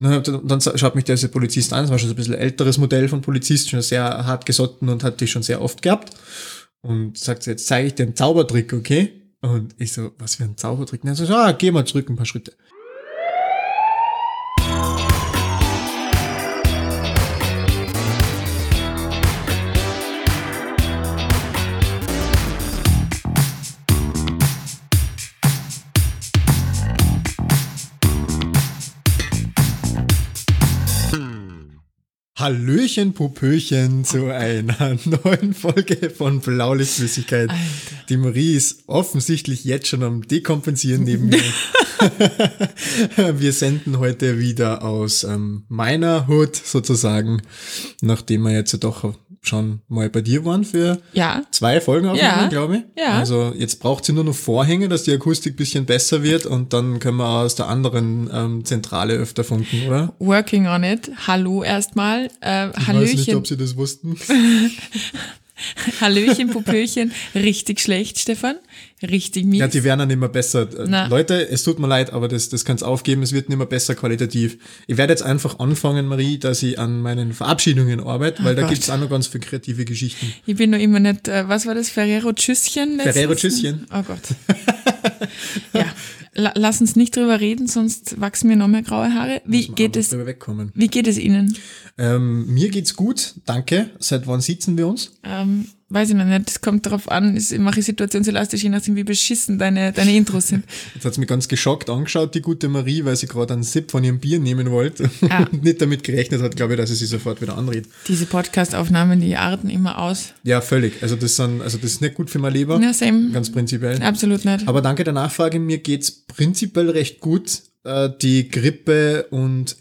Dann schaut mich der Polizist an, das war schon so ein bisschen älteres Modell von Polizist, schon sehr hart gesotten und hat die schon sehr oft gehabt. Und sagt so, jetzt zeige ich dir einen Zaubertrick, okay? Und ich so, was für ein Zaubertrick? Und er so, geh mal zurück ein paar Schritte. Hallöchen, Popöchen zu einer neuen Folge von Blaulichtflüssigkeit. Alter. Die Marie ist offensichtlich jetzt schon am Dekompensieren neben mir. Wir senden heute wieder aus meiner Hut sozusagen, nachdem wir jetzt doch schon mal bei dir waren für 2 Folgen aufnehmen, glaube ich. Ja. Also jetzt braucht sie nur noch Vorhänge, dass die Akustik ein bisschen besser wird und dann können wir aus der anderen Zentrale öfter funken, oder? Working on it. Hallo erstmal. Ich weiß nicht, ob Sie das wussten. Hallöchen, Popöchen. Richtig schlecht, Stefan. Richtig mies. Ja, die werden dann immer besser. Na. Leute, es tut mir leid, aber das kann's aufgeben. Es wird nicht mehr besser qualitativ. Ich werde jetzt einfach anfangen, Marie, dass ich an meinen Verabschiedungen arbeite, weil da gibt's auch noch ganz viele kreative Geschichten. Ich bin noch immer nicht, was war das? Ferrero Tschüsschen? Ferrero Tschüsschen. Oh Gott. Ja. Lass uns nicht drüber reden, sonst wachsen mir noch mehr graue Haare. Wie geht es Ihnen? Mir geht's gut, danke. Seit wann sitzen wir uns? Weiß ich noch nicht, es kommt darauf an, mache ich situationselastisch, je nachdem wie beschissen deine Intros sind. Jetzt hat's mich ganz geschockt angeschaut, die gute Marie, weil sie gerade einen Sip von ihrem Bier nehmen wollte und nicht damit gerechnet hat, glaube ich, dass sie sich sofort wieder anredet. Diese Podcast-Aufnahmen, die arten immer aus. Ja, völlig. Also das ist nicht gut für mein Leber. Ja, same. Ganz prinzipiell. Absolut nicht. Aber danke der Nachfrage, mir geht's prinzipiell recht gut. Die Grippe- und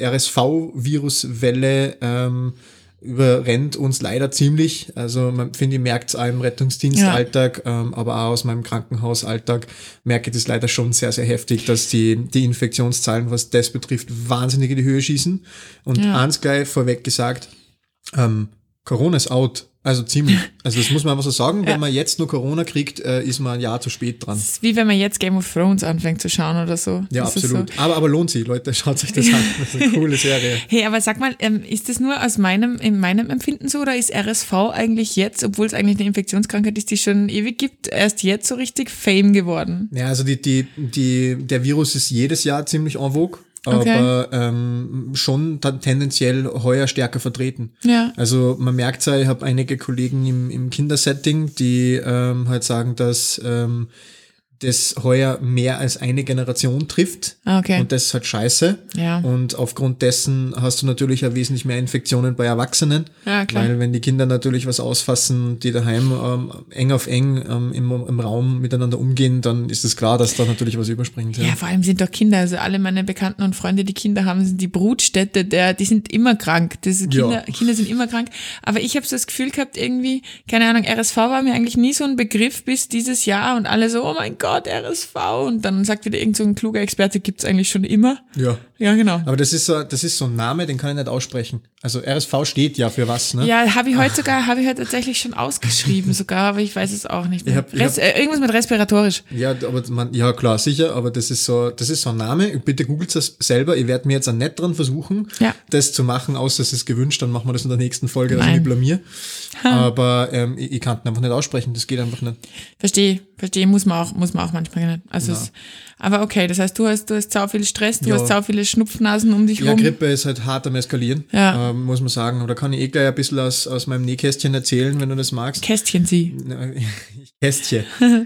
RSV-Viruswelle überrennt uns leider ziemlich. Also ich merkt es auch im Rettungsdienstalltag, aber auch aus meinem Krankenhausalltag merke ich das leider schon sehr, sehr heftig, dass die Infektionszahlen, was das betrifft, wahnsinnig in die Höhe schießen. Und eins gleich vorweg gesagt, Corona ist out. Also ziemlich. Also das muss man einfach so sagen, wenn man jetzt nur Corona kriegt, ist man ein Jahr zu spät dran. Das ist wie wenn man jetzt Game of Thrones anfängt zu schauen oder so. Ja, das absolut. So. Aber lohnt sich, Leute, schaut euch das an. Das ist eine coole Serie. Hey, aber sag mal, ist das nur in meinem Empfinden so oder ist RSV eigentlich jetzt, obwohl es eigentlich eine Infektionskrankheit ist, die es schon ewig gibt, erst jetzt so richtig Fame geworden? Ja, also der Virus ist jedes Jahr ziemlich en vogue. Aber schon tendenziell heuer stärker vertreten. Ja. Also man merkt ja, ich habe einige Kollegen im Kindersetting, die halt sagen, dass das heuer mehr als eine Generation trifft. Okay. Und das ist halt scheiße. Ja. Und aufgrund dessen hast du natürlich auch wesentlich mehr Infektionen bei Erwachsenen. Ja, klar. Weil wenn die Kinder natürlich was ausfassen, die daheim eng auf eng im Raum miteinander umgehen, dann ist es klar, dass da natürlich was überspringt. Ja, vor allem sind doch Kinder, also alle meine Bekannten und Freunde, die Kinder haben, sind die Brutstätte, die sind immer krank. Kinder sind immer krank. Aber ich habe so das Gefühl gehabt, irgendwie, keine Ahnung, RSV war mir eigentlich nie so ein Begriff bis dieses Jahr und alle so, oh mein Gott, RSV. Und dann sagt wieder irgend so ein kluger Experte, gibt's eigentlich schon immer. Ja. Ja, genau. Aber das ist so ein Name, den kann ich nicht aussprechen. Also RSV steht ja für was, ne? Ja, habe ich heute tatsächlich schon ausgeschrieben sogar, aber ich weiß es auch nicht mehr. Irgendwas mit respiratorisch. Ja, aber ja klar, sicher, aber das ist so ein Name. Bitte googelt es selber. Ich werde mir jetzt auch nicht dran versuchen, das zu machen, außer es ist gewünscht, dann machen wir das in der nächsten Folge, dass ich mich blamier. Aber ich kann es einfach nicht aussprechen, das geht einfach nicht. Verstehe, muss man auch manchmal nicht. Also aber okay, das heißt, du hast sau viel Stress, du hast sau viele Schnupfnasen um dich rum. Ja, Grippe ist halt hart am Eskalieren, muss man sagen. Oder kann ich gleich ein bisschen aus meinem Nähkästchen erzählen, wenn du das magst. Kästchen sie. Kästchen.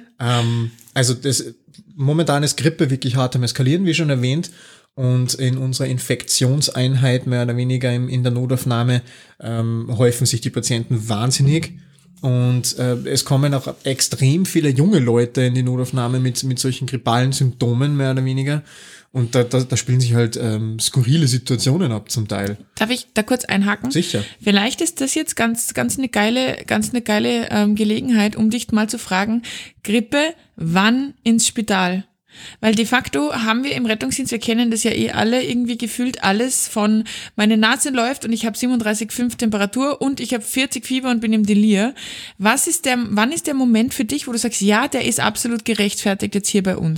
Also momentan ist Grippe wirklich hart am Eskalieren, wie schon erwähnt. Und in unserer Infektionseinheit mehr oder weniger in der Notaufnahme häufen sich die Patienten wahnsinnig. Und es kommen auch extrem viele junge Leute in die Notaufnahme mit solchen grippalen Symptomen, mehr oder weniger. Und da spielen sich halt skurrile Situationen ab zum Teil. Darf ich da kurz einhaken? Sicher. Vielleicht ist das jetzt ganz eine geile Gelegenheit, um dich mal zu fragen, Grippe, wann ins Spital? Weil de facto haben wir im Rettungsdienst, wir kennen das ja alle, irgendwie gefühlt alles von meine Nase läuft und ich habe 37,5 Temperatur und ich habe 40 Fieber und bin im Delir. Wann ist der Moment für dich, wo du sagst, ja, der ist absolut gerechtfertigt jetzt hier bei uns?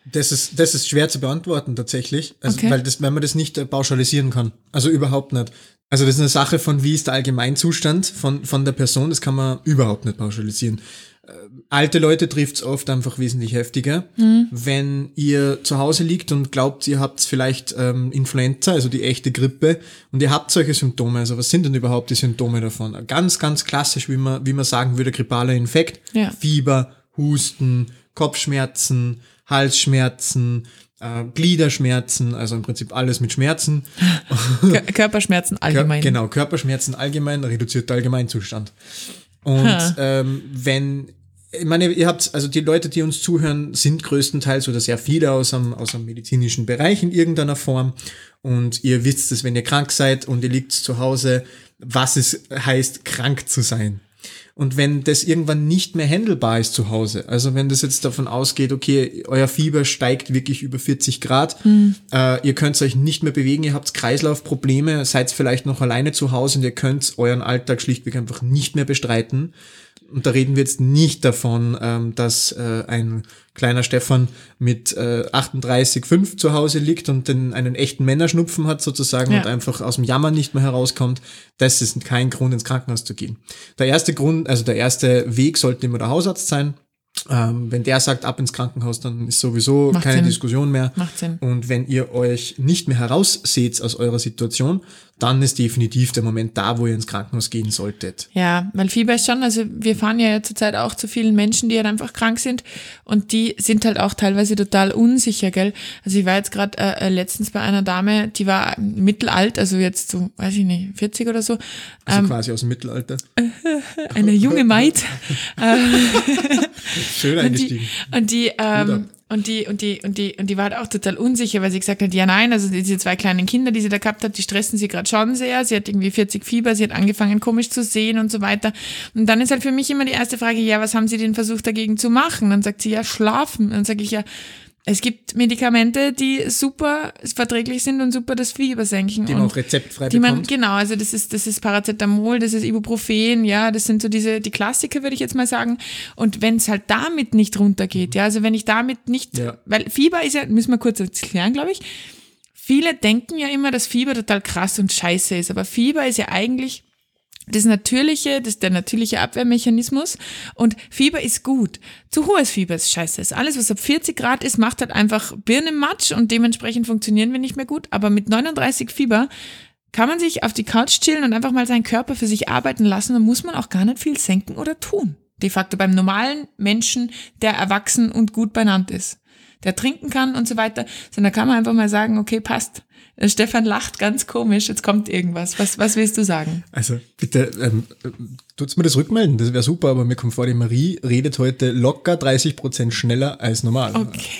Das ist schwer zu beantworten tatsächlich, also, weil man das nicht pauschalisieren kann. Also überhaupt nicht. Also das ist eine Sache von, wie ist der Allgemeinzustand von der Person, das kann man überhaupt nicht pauschalisieren. Alte Leute trifft's oft einfach wesentlich heftiger. Wenn ihr zu Hause liegt und glaubt, ihr habt vielleicht Influenza, also die echte Grippe, und ihr habt solche Symptome, also was sind denn überhaupt die Symptome davon? Ganz, ganz klassisch, wie man sagen würde, grippaler Infekt, Fieber, Husten, Kopfschmerzen, Halsschmerzen, Gliederschmerzen, also im Prinzip alles mit Schmerzen. Körperschmerzen allgemein. Genau, Körperschmerzen allgemein, reduzierter Allgemeinzustand. Und ich meine, ihr habt, also die Leute, die uns zuhören, sind größtenteils oder sehr viele aus einem medizinischen Bereich in irgendeiner Form. Und ihr wisst es, wenn ihr krank seid und ihr liegt zu Hause, was es heißt, krank zu sein. Und wenn das irgendwann nicht mehr handelbar ist zu Hause, also wenn das jetzt davon ausgeht, okay, euer Fieber steigt wirklich über 40 Grad, ihr könnt euch nicht mehr bewegen, ihr habt Kreislaufprobleme, seid vielleicht noch alleine zu Hause und ihr könnt euren Alltag schlichtweg einfach nicht mehr bestreiten. Und da reden wir jetzt nicht davon, dass ein kleiner Stefan mit 38,5 zu Hause liegt und einen echten Männerschnupfen hat sozusagen und einfach aus dem Jammern nicht mehr herauskommt. Das ist kein Grund, ins Krankenhaus zu gehen. Der erste Weg sollte immer der Hausarzt sein. Wenn der sagt, ab ins Krankenhaus, dann ist sowieso keine Diskussion mehr. Macht Sinn. Und wenn ihr euch nicht mehr herausseht aus eurer Situation, dann ist definitiv der Moment da, wo ihr ins Krankenhaus gehen solltet. Ja, weil Fieber ist schon, also wir fahren ja zurzeit auch zu vielen Menschen, die halt einfach krank sind und die sind halt auch teilweise total unsicher, gell. Also ich war jetzt gerade letztens bei einer Dame, die war mittelalt, also jetzt so, weiß ich nicht, 40 oder so. Also quasi aus dem Mittelalter. Eine junge Maid. Schön eingestiegen. Und die war halt auch total unsicher, weil sie gesagt hat, ja nein, also diese 2 kleinen Kinder, die sie da gehabt hat, die stressen sie gerade schon sehr. Sie hat irgendwie 40 Fieber, sie hat angefangen komisch zu sehen und so weiter. Und dann ist halt für mich immer die erste Frage, ja, was haben sie denn versucht dagegen zu machen? Dann sagt sie, ja, schlafen. Dann sage ich, ja, es gibt Medikamente, die super verträglich sind und super das Fieber senken. Die man auch rezeptfrei bekommt. Genau, also das ist Paracetamol, das ist Ibuprofen, ja, das sind so die Klassiker, würde ich jetzt mal sagen. Und wenn es halt damit nicht runtergeht, ja, also wenn ich damit nicht, weil Fieber ist ja, müssen wir kurz erklären, glaube ich, viele denken ja immer, dass Fieber total krass und scheiße ist, aber Fieber ist ja eigentlich das ist der natürliche Abwehrmechanismus und Fieber ist gut. Zu hohes Fieber ist scheiße. Alles, was ab 40 Grad ist, macht halt einfach Birnenmatsch und dementsprechend funktionieren wir nicht mehr gut. Aber mit 39 Fieber kann man sich auf die Couch chillen und einfach mal seinen Körper für sich arbeiten lassen. Dann muss man auch gar nicht viel senken oder tun. De facto beim normalen Menschen, der erwachsen und gut benannt ist, der trinken kann und so weiter. Sondern kann man einfach mal sagen, okay, passt. Stefan lacht ganz komisch, jetzt kommt irgendwas. Was willst du sagen? Also bitte, tut's mir das rückmelden, das wäre super, aber mir kommt vor, die Marie redet heute locker 30% schneller als normal.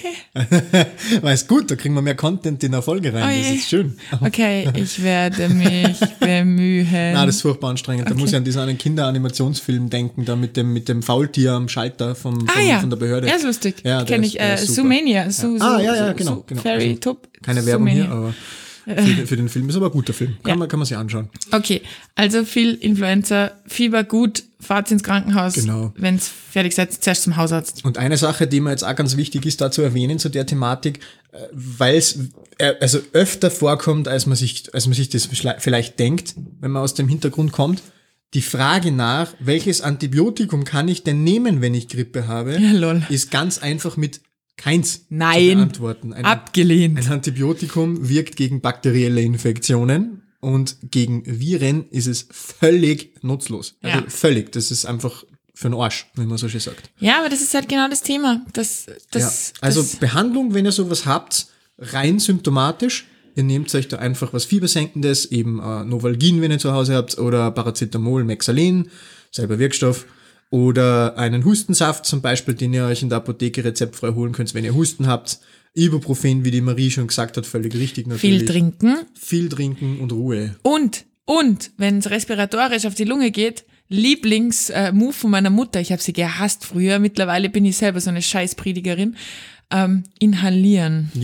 Okay. Weil ist gut, da kriegen wir mehr Content in der Folge rein, das ist schön. Okay, ich werde mich bemühen. Nein, das ist furchtbar anstrengend. Da muss ich an diesen einen Kinderanimationsfilm denken, da mit dem Faultier am Schalter von der Behörde. Ja, ist lustig. Ja, kenne ich. Zoomania. Genau. Very top. Keine Werbung hier, aber für den Film ist aber ein guter Film. Kann man sich anschauen. Okay, also viel Influenza, Fieber gut, fahrt ins Krankenhaus, genau. Wenn es fertig seid, zuerst zum Hausarzt. Und eine Sache, die mir jetzt auch ganz wichtig ist, da zu erwähnen zu der Thematik, weil es also öfter vorkommt, als man sich das vielleicht denkt, wenn man aus dem Hintergrund kommt, die Frage nach, welches Antibiotikum kann ich denn nehmen, wenn ich Grippe habe, ist ganz einfach mit keins zu beantworten. Abgelehnt. Ein Antibiotikum wirkt gegen bakterielle Infektionen und gegen Viren ist es völlig nutzlos. Also völlig. Das ist einfach für den Arsch, wie man so schön sagt. Ja, aber das ist halt genau das Thema. Also Behandlung, wenn ihr sowas habt, rein symptomatisch. Ihr nehmt euch da einfach was Fiebersenkendes, eben Novalgin, wenn ihr zu Hause habt, oder Paracetamol, Mexalen, selber Wirkstoff. Oder einen Hustensaft zum Beispiel, den ihr euch in der Apotheke rezeptfrei holen könnt, wenn ihr Husten habt. Ibuprofen, wie die Marie schon gesagt hat, völlig richtig natürlich. Viel trinken und Ruhe. Und wenn es respiratorisch auf die Lunge geht, Lieblingsmove von meiner Mutter, ich habe sie gehasst früher, mittlerweile bin ich selber so eine Scheißpredigerin, inhalieren. Ja.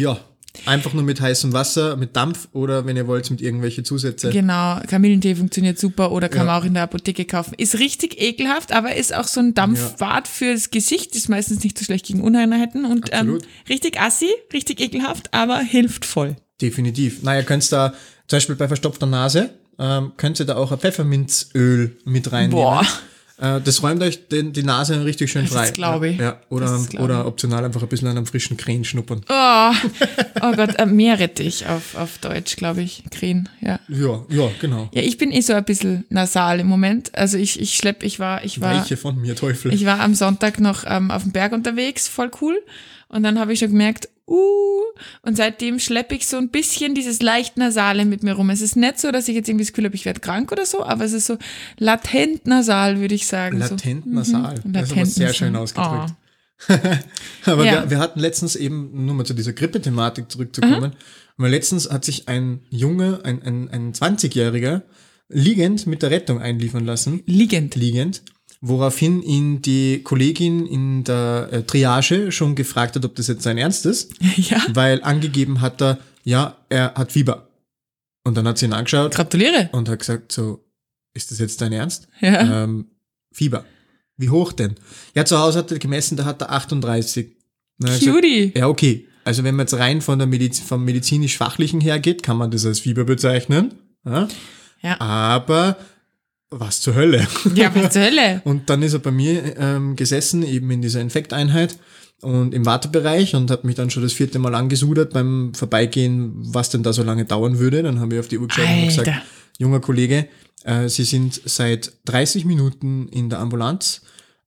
Einfach nur mit heißem Wasser, mit Dampf oder wenn ihr wollt, mit irgendwelche Zusätze. Genau, Kamillentee funktioniert super oder kann man auch in der Apotheke kaufen. Ist richtig ekelhaft, aber ist auch so ein Dampfbad fürs Gesicht, ist meistens nicht so schlecht gegen Unreinheiten und richtig assi, richtig ekelhaft, aber hilft voll. Definitiv. Naja, könnt da zum Beispiel bei verstopfter Nase, könnt ihr da auch ein Pfefferminzöl mit reinnehmen. Boah. Das räumt euch die Nase richtig schön frei. Das glaube ich. Ja, oder optional einfach ein bisschen an einem frischen Krähen schnuppern. Oh Gott, Meerrettich auf Deutsch, glaube ich. Krähen, ja. Ja, genau. Ja, ich bin so ein bisschen nasal im Moment. Also ich war. Weiche von mir, Teufel. Ich war am Sonntag noch auf dem Berg unterwegs, voll cool. Und dann habe ich schon gemerkt, und seitdem schleppe ich so ein bisschen dieses leicht Nasale mit mir rum. Es ist nicht so, dass ich jetzt irgendwie das Gefühl habe, ich werde krank oder so, aber es ist so latent nasal, würde ich sagen. Latent nasal. Das ist aber sehr schön ausgedrückt. Oh. Aber wir hatten letztens eben, nur mal zu dieser Grippe-Thematik zurückzukommen, weil letztens hat sich ein Junge, ein 20-Jähriger, liegend mit der Rettung einliefern lassen. Liegend. Woraufhin ihn die Kollegin in der Triage schon gefragt hat, ob das jetzt sein Ernst ist. Ja. Weil angegeben hat er hat Fieber. Und dann hat sie ihn angeschaut. Gratuliere. Und hat gesagt, so, ist das jetzt dein Ernst? Ja. Fieber. Wie hoch denn? Ja, zu Hause hat er gemessen, da hat er 38. Cutie. Ja, okay. Also wenn man jetzt rein vom medizinisch-fachlichen her geht, kann man das als Fieber bezeichnen. Ja. Aber was zur Hölle? Ja, was zur Hölle? Und dann ist er bei mir gesessen, eben in dieser Infekteinheit und im Wartebereich und hat mich dann schon das 4. Mal angesudert beim Vorbeigehen, was denn da so lange dauern würde. Dann haben wir auf die Uhr geschaut und gesagt, junger Kollege, Sie sind seit 30 Minuten in der Ambulanz.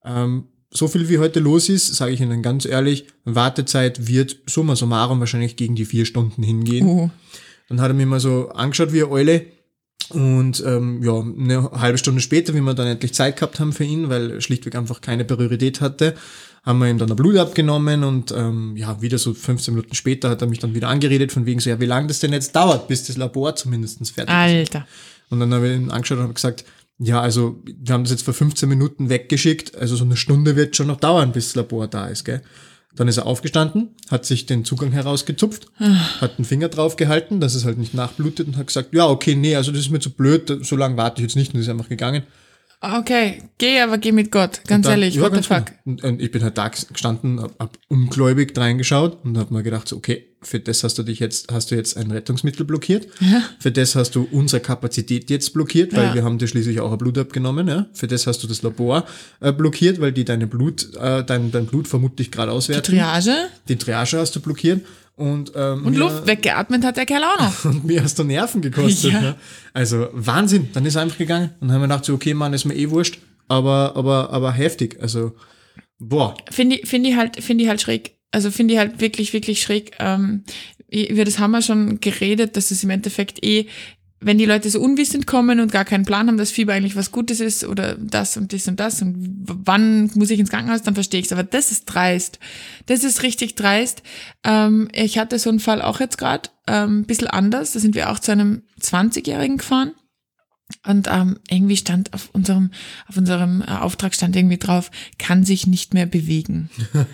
So viel wie heute los ist, sage ich Ihnen ganz ehrlich, Wartezeit wird summa summarum wahrscheinlich gegen die 4 Stunden hingehen. Dann hat er mir mal so angeschaut wie eine Eule. Und eine halbe Stunde später, wie wir dann endlich Zeit gehabt haben für ihn, weil er schlichtweg einfach keine Priorität hatte, haben wir ihm dann ein Blut abgenommen und wieder so 15 Minuten später hat er mich dann wieder angeredet von wegen so, ja, wie lange das denn jetzt dauert, bis das Labor zumindest fertig ist. Alter. Und dann habe ich ihn angeschaut und habe gesagt, ja, also wir haben das jetzt vor 15 Minuten weggeschickt, also so eine Stunde wird schon noch dauern, bis das Labor da ist, gell. Dann ist er aufgestanden, hat sich den Zugang herausgezupft, hat den Finger drauf gehalten, dass es halt nicht nachblutet und hat gesagt, ja, okay, nee, also das ist mir zu blöd, so lange warte ich jetzt nicht und ist einfach gegangen. Okay, geh mit Gott, ganz ehrlich, what the fuck. Und ich bin halt da gestanden, hab ungläubig reingeschaut und hab mir gedacht, so, okay, für das hast du jetzt ein Rettungsmittel blockiert, für das hast du unsere Kapazität jetzt blockiert, weil wir haben dir schließlich auch ein Blut abgenommen, ja, für das hast du das Labor blockiert, weil die dein Blut vermutlich gerade auswerten. Die Triage hast du blockiert. Und Luft weggeatmet hat der Kerl auch noch. Und mir hast du Nerven gekostet. Ja. Ne? Also Wahnsinn. Dann ist er einfach gegangen. Und dann haben wir gedacht, so, okay, Mann, ist mir wurscht. Aber heftig. Also, boah. Finde ich halt schräg. Also finde ich halt wirklich, wirklich schräg. Über das haben wir schon geredet, dass es im Endeffekt wenn die Leute so unwissend kommen und gar keinen Plan haben, dass Fieber eigentlich was Gutes ist oder das und das und das und wann muss ich ins Krankenhaus, dann verstehe ich es. Aber das ist dreist. Das ist richtig dreist. Ich hatte so einen Fall auch jetzt gerade, ein bisschen anders. Da sind wir auch zu einem 20-Jährigen gefahren. Und irgendwie stand auf unserem Auftrag stand irgendwie drauf, kann sich nicht mehr bewegen.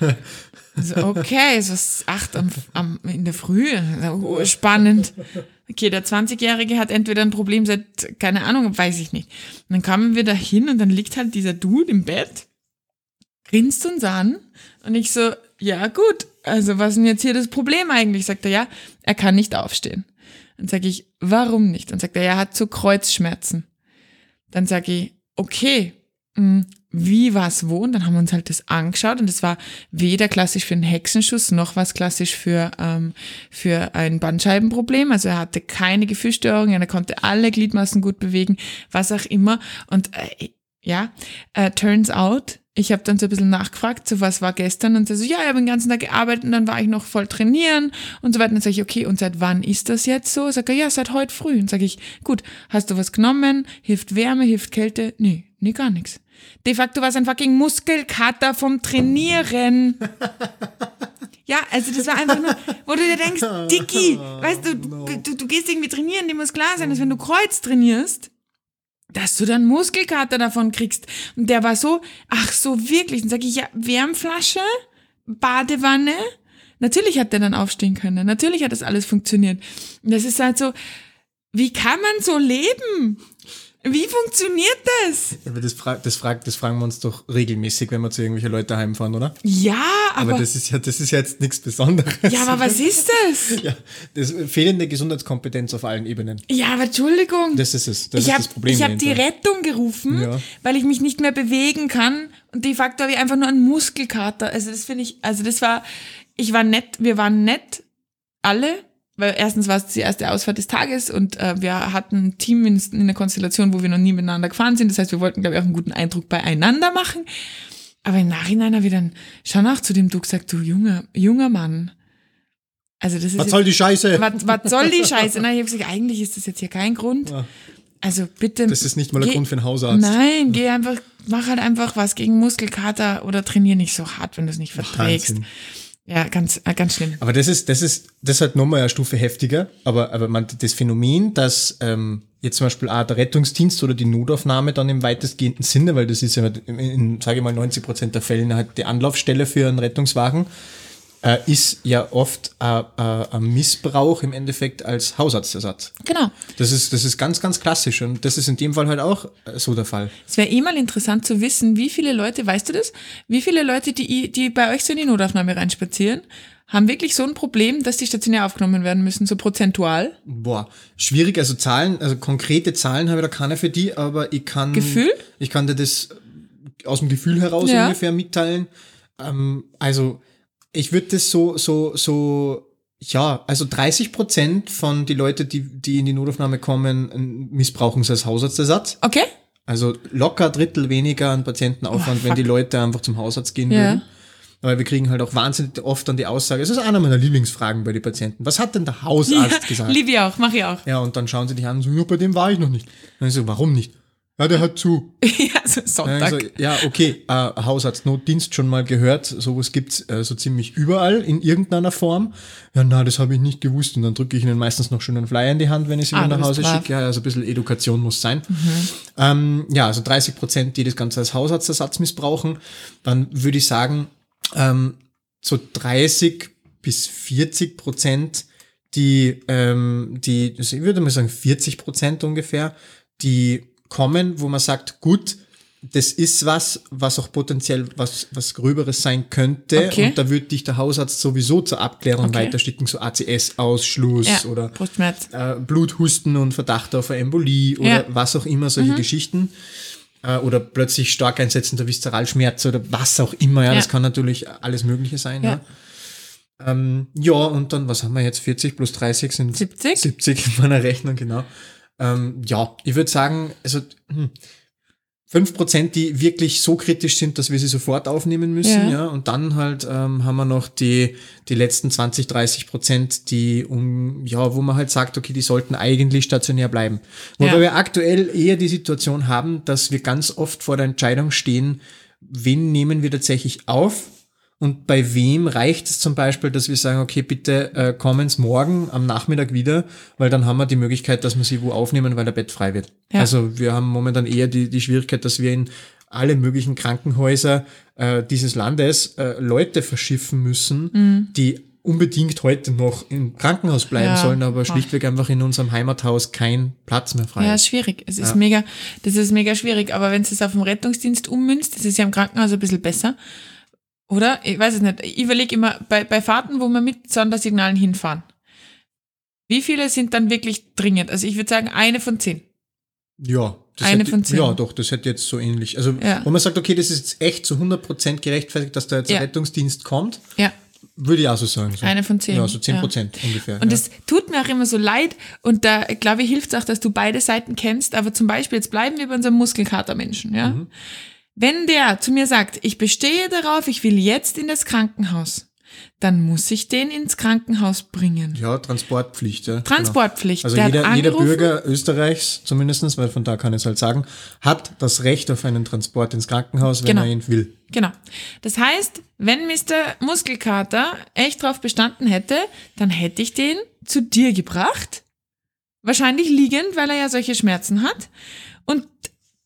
Also okay, es ist 8 in der Früh, spannend. Okay, der 20-Jährige hat entweder ein Problem seit, keine Ahnung, weiß ich nicht. Und dann kamen wir da hin und dann liegt halt dieser Dude im Bett, grinst uns an und ich so, ja gut, also was ist denn jetzt hier das Problem eigentlich? Sagt er, ja, er kann nicht aufstehen. Dann sage ich, warum nicht? Dann sagt er hat so Kreuzschmerzen. Dann sage ich, okay, wie, was, wo? Und dann haben wir uns halt das angeschaut und das war weder klassisch für einen Hexenschuss, noch was klassisch für ein Bandscheibenproblem. Also er hatte keine Gefühlsstörungen, er konnte alle Gliedmaßen gut bewegen, was auch immer. Und turns out, ich habe dann so ein bisschen nachgefragt, so was war gestern und er so, ja, ich habe den ganzen Tag gearbeitet und dann war ich noch voll trainieren und so weiter. Und dann sage ich, okay, und seit wann ist das jetzt so? Sagt er, ja, seit heute früh. Und sage ich, gut, hast du was genommen? Hilft Wärme, hilft Kälte? Nee, gar nichts. De facto war es ein fucking Muskelkater vom Trainieren. Ja, also das war einfach nur, wo du dir denkst, Dicky, weißt du gehst irgendwie trainieren, dir muss klar sein, dass wenn du Kreuz trainierst, dass du dann Muskelkater davon kriegst. Und der war so, ach so, wirklich. Dann sage ich, ja, Wärmflasche, Badewanne, Natürlich hat der dann aufstehen können. Natürlich hat das alles funktioniert. Und das ist halt so, wie kann man so leben? Wie funktioniert das? Aber das fragen wir uns doch regelmäßig, wenn wir zu irgendwelchen Leuten heimfahren, oder? Ja, aber das ist ja jetzt nichts Besonderes. Ja, aber was ist das? Ja, das fehlende Gesundheitskompetenz auf allen Ebenen. Ja, aber Entschuldigung. Das ist es. Das ist das Problem. Ich habe die Rettung gerufen, weil ich mich nicht mehr bewegen kann und de facto habe ich einfach nur einen Muskelkater. Also das finde ich, wir waren nett, alle. Weil erstens war es die erste Ausfahrt des Tages und wir hatten ein Team in einer Konstellation, wo wir noch nie miteinander gefahren sind. Das heißt, wir wollten, glaube ich, auch einen guten Eindruck beieinander machen. Aber im Nachhinein habe ich dann schon auch zu dem Du gesagt, du junger Mann. Also das ist was soll die Scheiße? Was soll die Scheiße? Nein, ich habe gesagt, eigentlich ist das jetzt hier kein Grund. Ja. Also bitte. Das ist nicht mal ein Grund für einen Hausarzt. Nein, mach halt einfach was gegen Muskelkater oder trainier nicht so hart, wenn du es nicht verträgst. Wahnsinn. Ja, ganz schlimm. Aber das ist halt nochmal eine Stufe heftiger. Aber das Phänomen, dass jetzt zum Beispiel auch der Rettungsdienst oder die Notaufnahme dann im weitestgehenden Sinne, weil das ist ja in, sage ich mal, 90% der Fälle halt die Anlaufstelle für einen Rettungswagen, ist ja oft ein Missbrauch im Endeffekt als Hausarztersatz. Genau. Das ist ganz, ganz klassisch und das ist in dem Fall halt auch so der Fall. Es wäre mal interessant zu wissen, wie viele Leute, weißt du das, wie viele Leute, die bei euch so in die Notaufnahme reinspazieren, haben wirklich so ein Problem, dass die stationär aufgenommen werden müssen, so prozentual? Boah, schwierig, also konkrete Zahlen habe ich da keine für die, aber ich kann dir das aus dem Gefühl heraus ungefähr mitteilen. Also ich würde das also 30% von die Leute, die in die Notaufnahme kommen, missbrauchen es als Hausarztersatz. Okay. Also locker ein Drittel weniger an Patientenaufwand, wenn die Leute einfach zum Hausarzt gehen würden. Weil wir kriegen halt auch wahnsinnig oft dann die Aussage, es ist einer meiner Lieblingsfragen bei den Patienten. Was hat denn der Hausarzt gesagt? Liebe ich auch, mache ich auch. Ja, und dann schauen sie dich an und so, ja, bei dem war ich noch nicht. Dann so, warum nicht? Ja, der hat zu. Ja, so Sonntag. Also, ja, okay, Hausarztnotdienst schon mal gehört, sowas gibt's so ziemlich überall in irgendeiner Form. Ja, das habe ich nicht gewusst und dann drücke ich ihnen meistens noch schon einen Flyer in die Hand, wenn ich sie wieder nach Hause schicke. Ja, also ein bisschen Education muss sein. Also 30%, die das Ganze als Hausarztersatz missbrauchen, dann würde ich sagen, so 30-40%, ich würde mal sagen 40% ungefähr, die kommen, wo man sagt, gut, das ist was auch potenziell was Gröberes sein könnte. Okay. Und da würde dich der Hausarzt sowieso zur Abklärung weiterschicken, so ACS-Ausschluss oder Bluthusten und Verdacht auf eine Embolie oder was auch immer, solche Geschichten. Oder plötzlich stark einsetzender Viszeralschmerz oder was auch immer. Ja, das kann natürlich alles Mögliche sein. Ja. Und dann, was haben wir jetzt? 40 plus 30 sind 70 in meiner Rechnung, genau. Ich würde sagen, also 5%, die wirklich so kritisch sind, dass wir sie sofort aufnehmen müssen, und dann halt haben wir noch die letzten 20-30%, die wo man halt sagt, okay, die sollten eigentlich stationär bleiben. Wobei wir aktuell eher die Situation haben, dass wir ganz oft vor der Entscheidung stehen, wen nehmen wir tatsächlich auf? Und bei wem reicht es zum Beispiel, dass wir sagen, okay, bitte kommen Sie morgen am Nachmittag wieder, weil dann haben wir die Möglichkeit, dass wir sie wo aufnehmen, weil der Bett frei wird. Ja. Also wir haben momentan eher die Schwierigkeit, dass wir in alle möglichen Krankenhäuser dieses Landes Leute verschiffen müssen, die unbedingt heute noch im Krankenhaus bleiben sollen, aber schlichtweg einfach in unserem Heimathaus kein Platz mehr frei ist. Ja, ist schwierig. Das ist mega schwierig. Aber wenn es auf den Rettungsdienst ummünzt, das ist ja im Krankenhaus ein bisschen besser. Oder? Ich weiß es nicht. Ich überlege immer, bei Fahrten, wo wir mit Sondersignalen hinfahren, wie viele sind dann wirklich dringend? Also ich würde sagen, 1 von 10. Ja. Von 10. Ja, doch, das hätte jetzt so ähnlich. Also, wo man sagt, okay, das ist jetzt echt zu 100% gerechtfertigt, dass da jetzt der Rettungsdienst kommt. Ja. Würde ich auch so sagen. So. 1 von 10. Ja, so 10% ungefähr. Und es tut mir auch immer so leid. Und da, glaube ich, hilft es auch, dass du beide Seiten kennst. Aber zum Beispiel, jetzt bleiben wir bei unserem Muskelkatermenschen, ja. Wenn der zu mir sagt, ich bestehe darauf, ich will jetzt in das Krankenhaus, dann muss ich den ins Krankenhaus bringen. Ja, Transportpflicht. Ja. Transportpflicht. Also jeder Bürger Österreichs zumindestens, weil von da kann ich es halt sagen, hat das Recht auf einen Transport ins Krankenhaus, wenn er ihn will. Genau. Das heißt, wenn Mr. Muskelkater echt drauf bestanden hätte, dann hätte ich den zu dir gebracht. Wahrscheinlich liegend, weil er ja solche Schmerzen hat. Und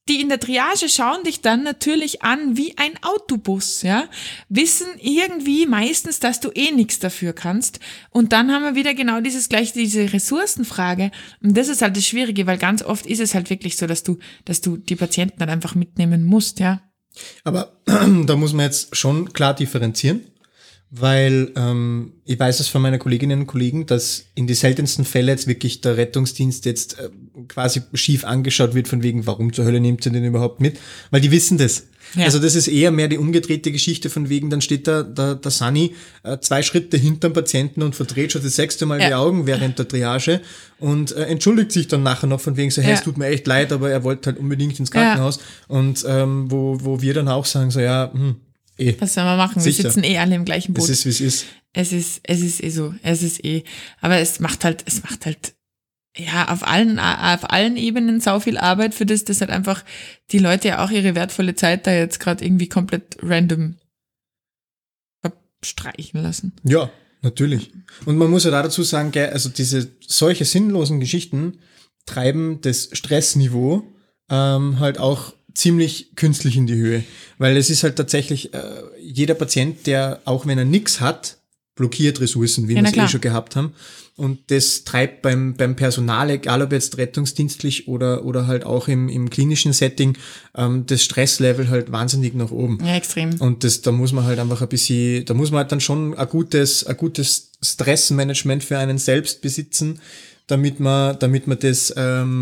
die in der Triage schauen dich dann natürlich an wie ein Autobus, ja, wissen irgendwie meistens, dass du eh nichts dafür kannst. Und dann haben wir wieder genau diese Ressourcenfrage. Und das ist halt das Schwierige, weil ganz oft ist es halt wirklich so, dass du die Patienten dann einfach mitnehmen musst, ja. Aber da muss man jetzt schon klar differenzieren, weil ich weiß es von meinen Kolleginnen und Kollegen, dass in die seltensten Fälle jetzt wirklich der Rettungsdienst jetzt quasi schief angeschaut wird, von wegen, warum zur Hölle nehmt ihr den überhaupt mit? Weil die wissen das. Ja. Also das ist eher mehr die umgedrehte Geschichte von wegen, dann steht da der Sunny 2 Schritte hinterm Patienten und verdreht schon das 6. Mal die Augen während der Triage und entschuldigt sich dann nachher noch von wegen so, hey, es tut mir echt leid, aber er wollte halt unbedingt ins Krankenhaus. Und wo wir dann auch sagen so, was soll man machen? Sicher. Wir sitzen alle im gleichen Boot. Es ist, wie es ist. Es ist eh so. Es ist eh. Aber es macht halt, ja, auf allen Ebenen sau viel Arbeit für das halt einfach die Leute ja auch ihre wertvolle Zeit da jetzt gerade irgendwie komplett random streichen lassen. Ja, natürlich. Und man muss ja da dazu sagen, also solche sinnlosen Geschichten treiben das Stressniveau halt auch ziemlich künstlich in die Höhe, weil es ist halt tatsächlich jeder Patient, der, auch wenn er nichts hat, blockiert Ressourcen, wie wir es schon gehabt haben. Und das treibt beim Personal, egal ob jetzt rettungsdienstlich oder halt auch im klinischen Setting, das Stresslevel halt wahnsinnig nach oben. Ja, extrem. Und da muss man halt einfach da muss man halt dann schon ein gutes Stressmanagement für einen selbst besitzen, damit man das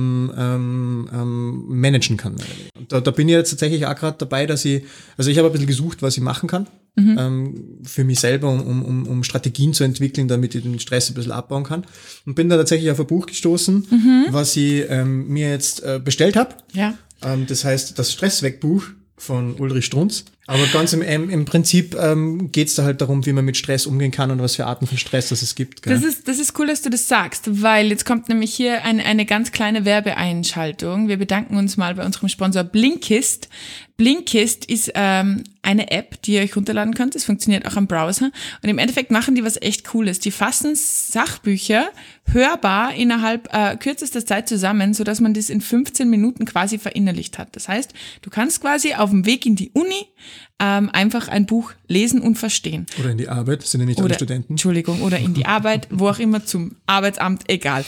managen kann. Da bin ich jetzt tatsächlich auch gerade dabei, dass ich habe ein bisschen gesucht, was ich machen kann, für mich selber, um Strategien zu entwickeln, damit ich den Stress ein bisschen abbauen kann. Und bin da tatsächlich auf ein Buch gestoßen, was ich mir jetzt bestellt habe. Ja. Das heißt, das Stressweg-Buch von Ulrich Strunz. Aber ganz im Prinzip geht's da halt darum, wie man mit Stress umgehen kann und was für Arten von Stress das es gibt. Gell? Das ist cool, dass du das sagst, weil jetzt kommt nämlich hier eine ganz kleine Werbeeinschaltung. Wir bedanken uns mal bei unserem Sponsor Blinkist. Blinkist ist eine App, die ihr euch runterladen könnt. Es funktioniert auch am Browser. Und im Endeffekt machen die was echt Cooles. Die fassen Sachbücher hörbar innerhalb kürzester Zeit zusammen, sodass man das in 15 Minuten quasi verinnerlicht hat. Das heißt, du kannst quasi auf dem Weg in die Uni einfach ein Buch lesen und verstehen. Oder in die Arbeit, sind ja nicht alle Studenten. Entschuldigung, oder in die Arbeit, wo auch immer, zum Arbeitsamt, egal.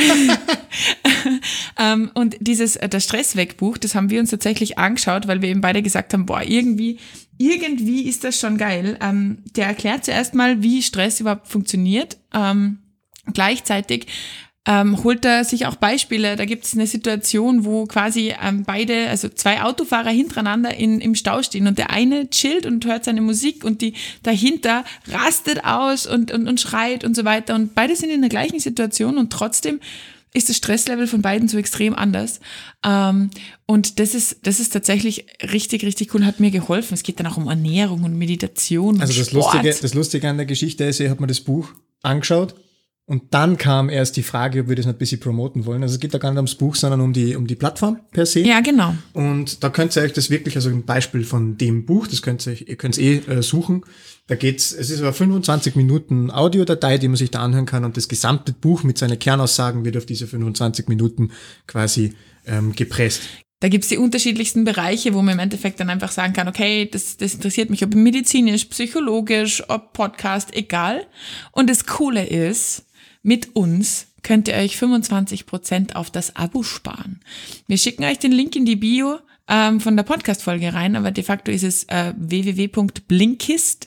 Und das Stresswegbuch, das haben wir uns tatsächlich angeschaut, weil wir eben beide gesagt haben, irgendwie ist das schon geil. Der erklärt zuerst mal, wie Stress überhaupt funktioniert. Gleichzeitig holt er sich auch Beispiele. Da gibt es eine Situation, wo quasi also 2 Autofahrer hintereinander im Stau stehen und der eine chillt und hört seine Musik und die dahinter rastet aus und schreit und so weiter. Und beide sind in der gleichen Situation und trotzdem ist das Stresslevel von beiden so extrem anders. Und das ist tatsächlich richtig, richtig cool, hat mir geholfen. Es geht dann auch um Ernährung und Meditation und Sport. Das Lustige an der Geschichte ist, ich habe mir das Buch angeschaut und dann kam erst die Frage, ob wir das noch ein bisschen promoten wollen. Also es geht da gar nicht ums Buch, sondern um die Plattform per se. Ja, genau. Und da könnt ihr euch das wirklich, also ein Beispiel von dem Buch, ihr könnt es suchen. Es ist aber 25 Minuten Audiodatei, die man sich da anhören kann und das gesamte Buch mit seinen Kernaussagen wird auf diese 25 Minuten quasi gepresst. Da gibt's die unterschiedlichsten Bereiche, wo man im Endeffekt dann einfach sagen kann, okay, das interessiert mich, ob medizinisch, psychologisch, ob Podcast, egal. Und das Coole ist, mit uns könnt ihr euch 25% auf das Abo sparen. Wir schicken euch den Link in die Bio von der Podcast-Folge rein, aber de facto ist es www.blinkist,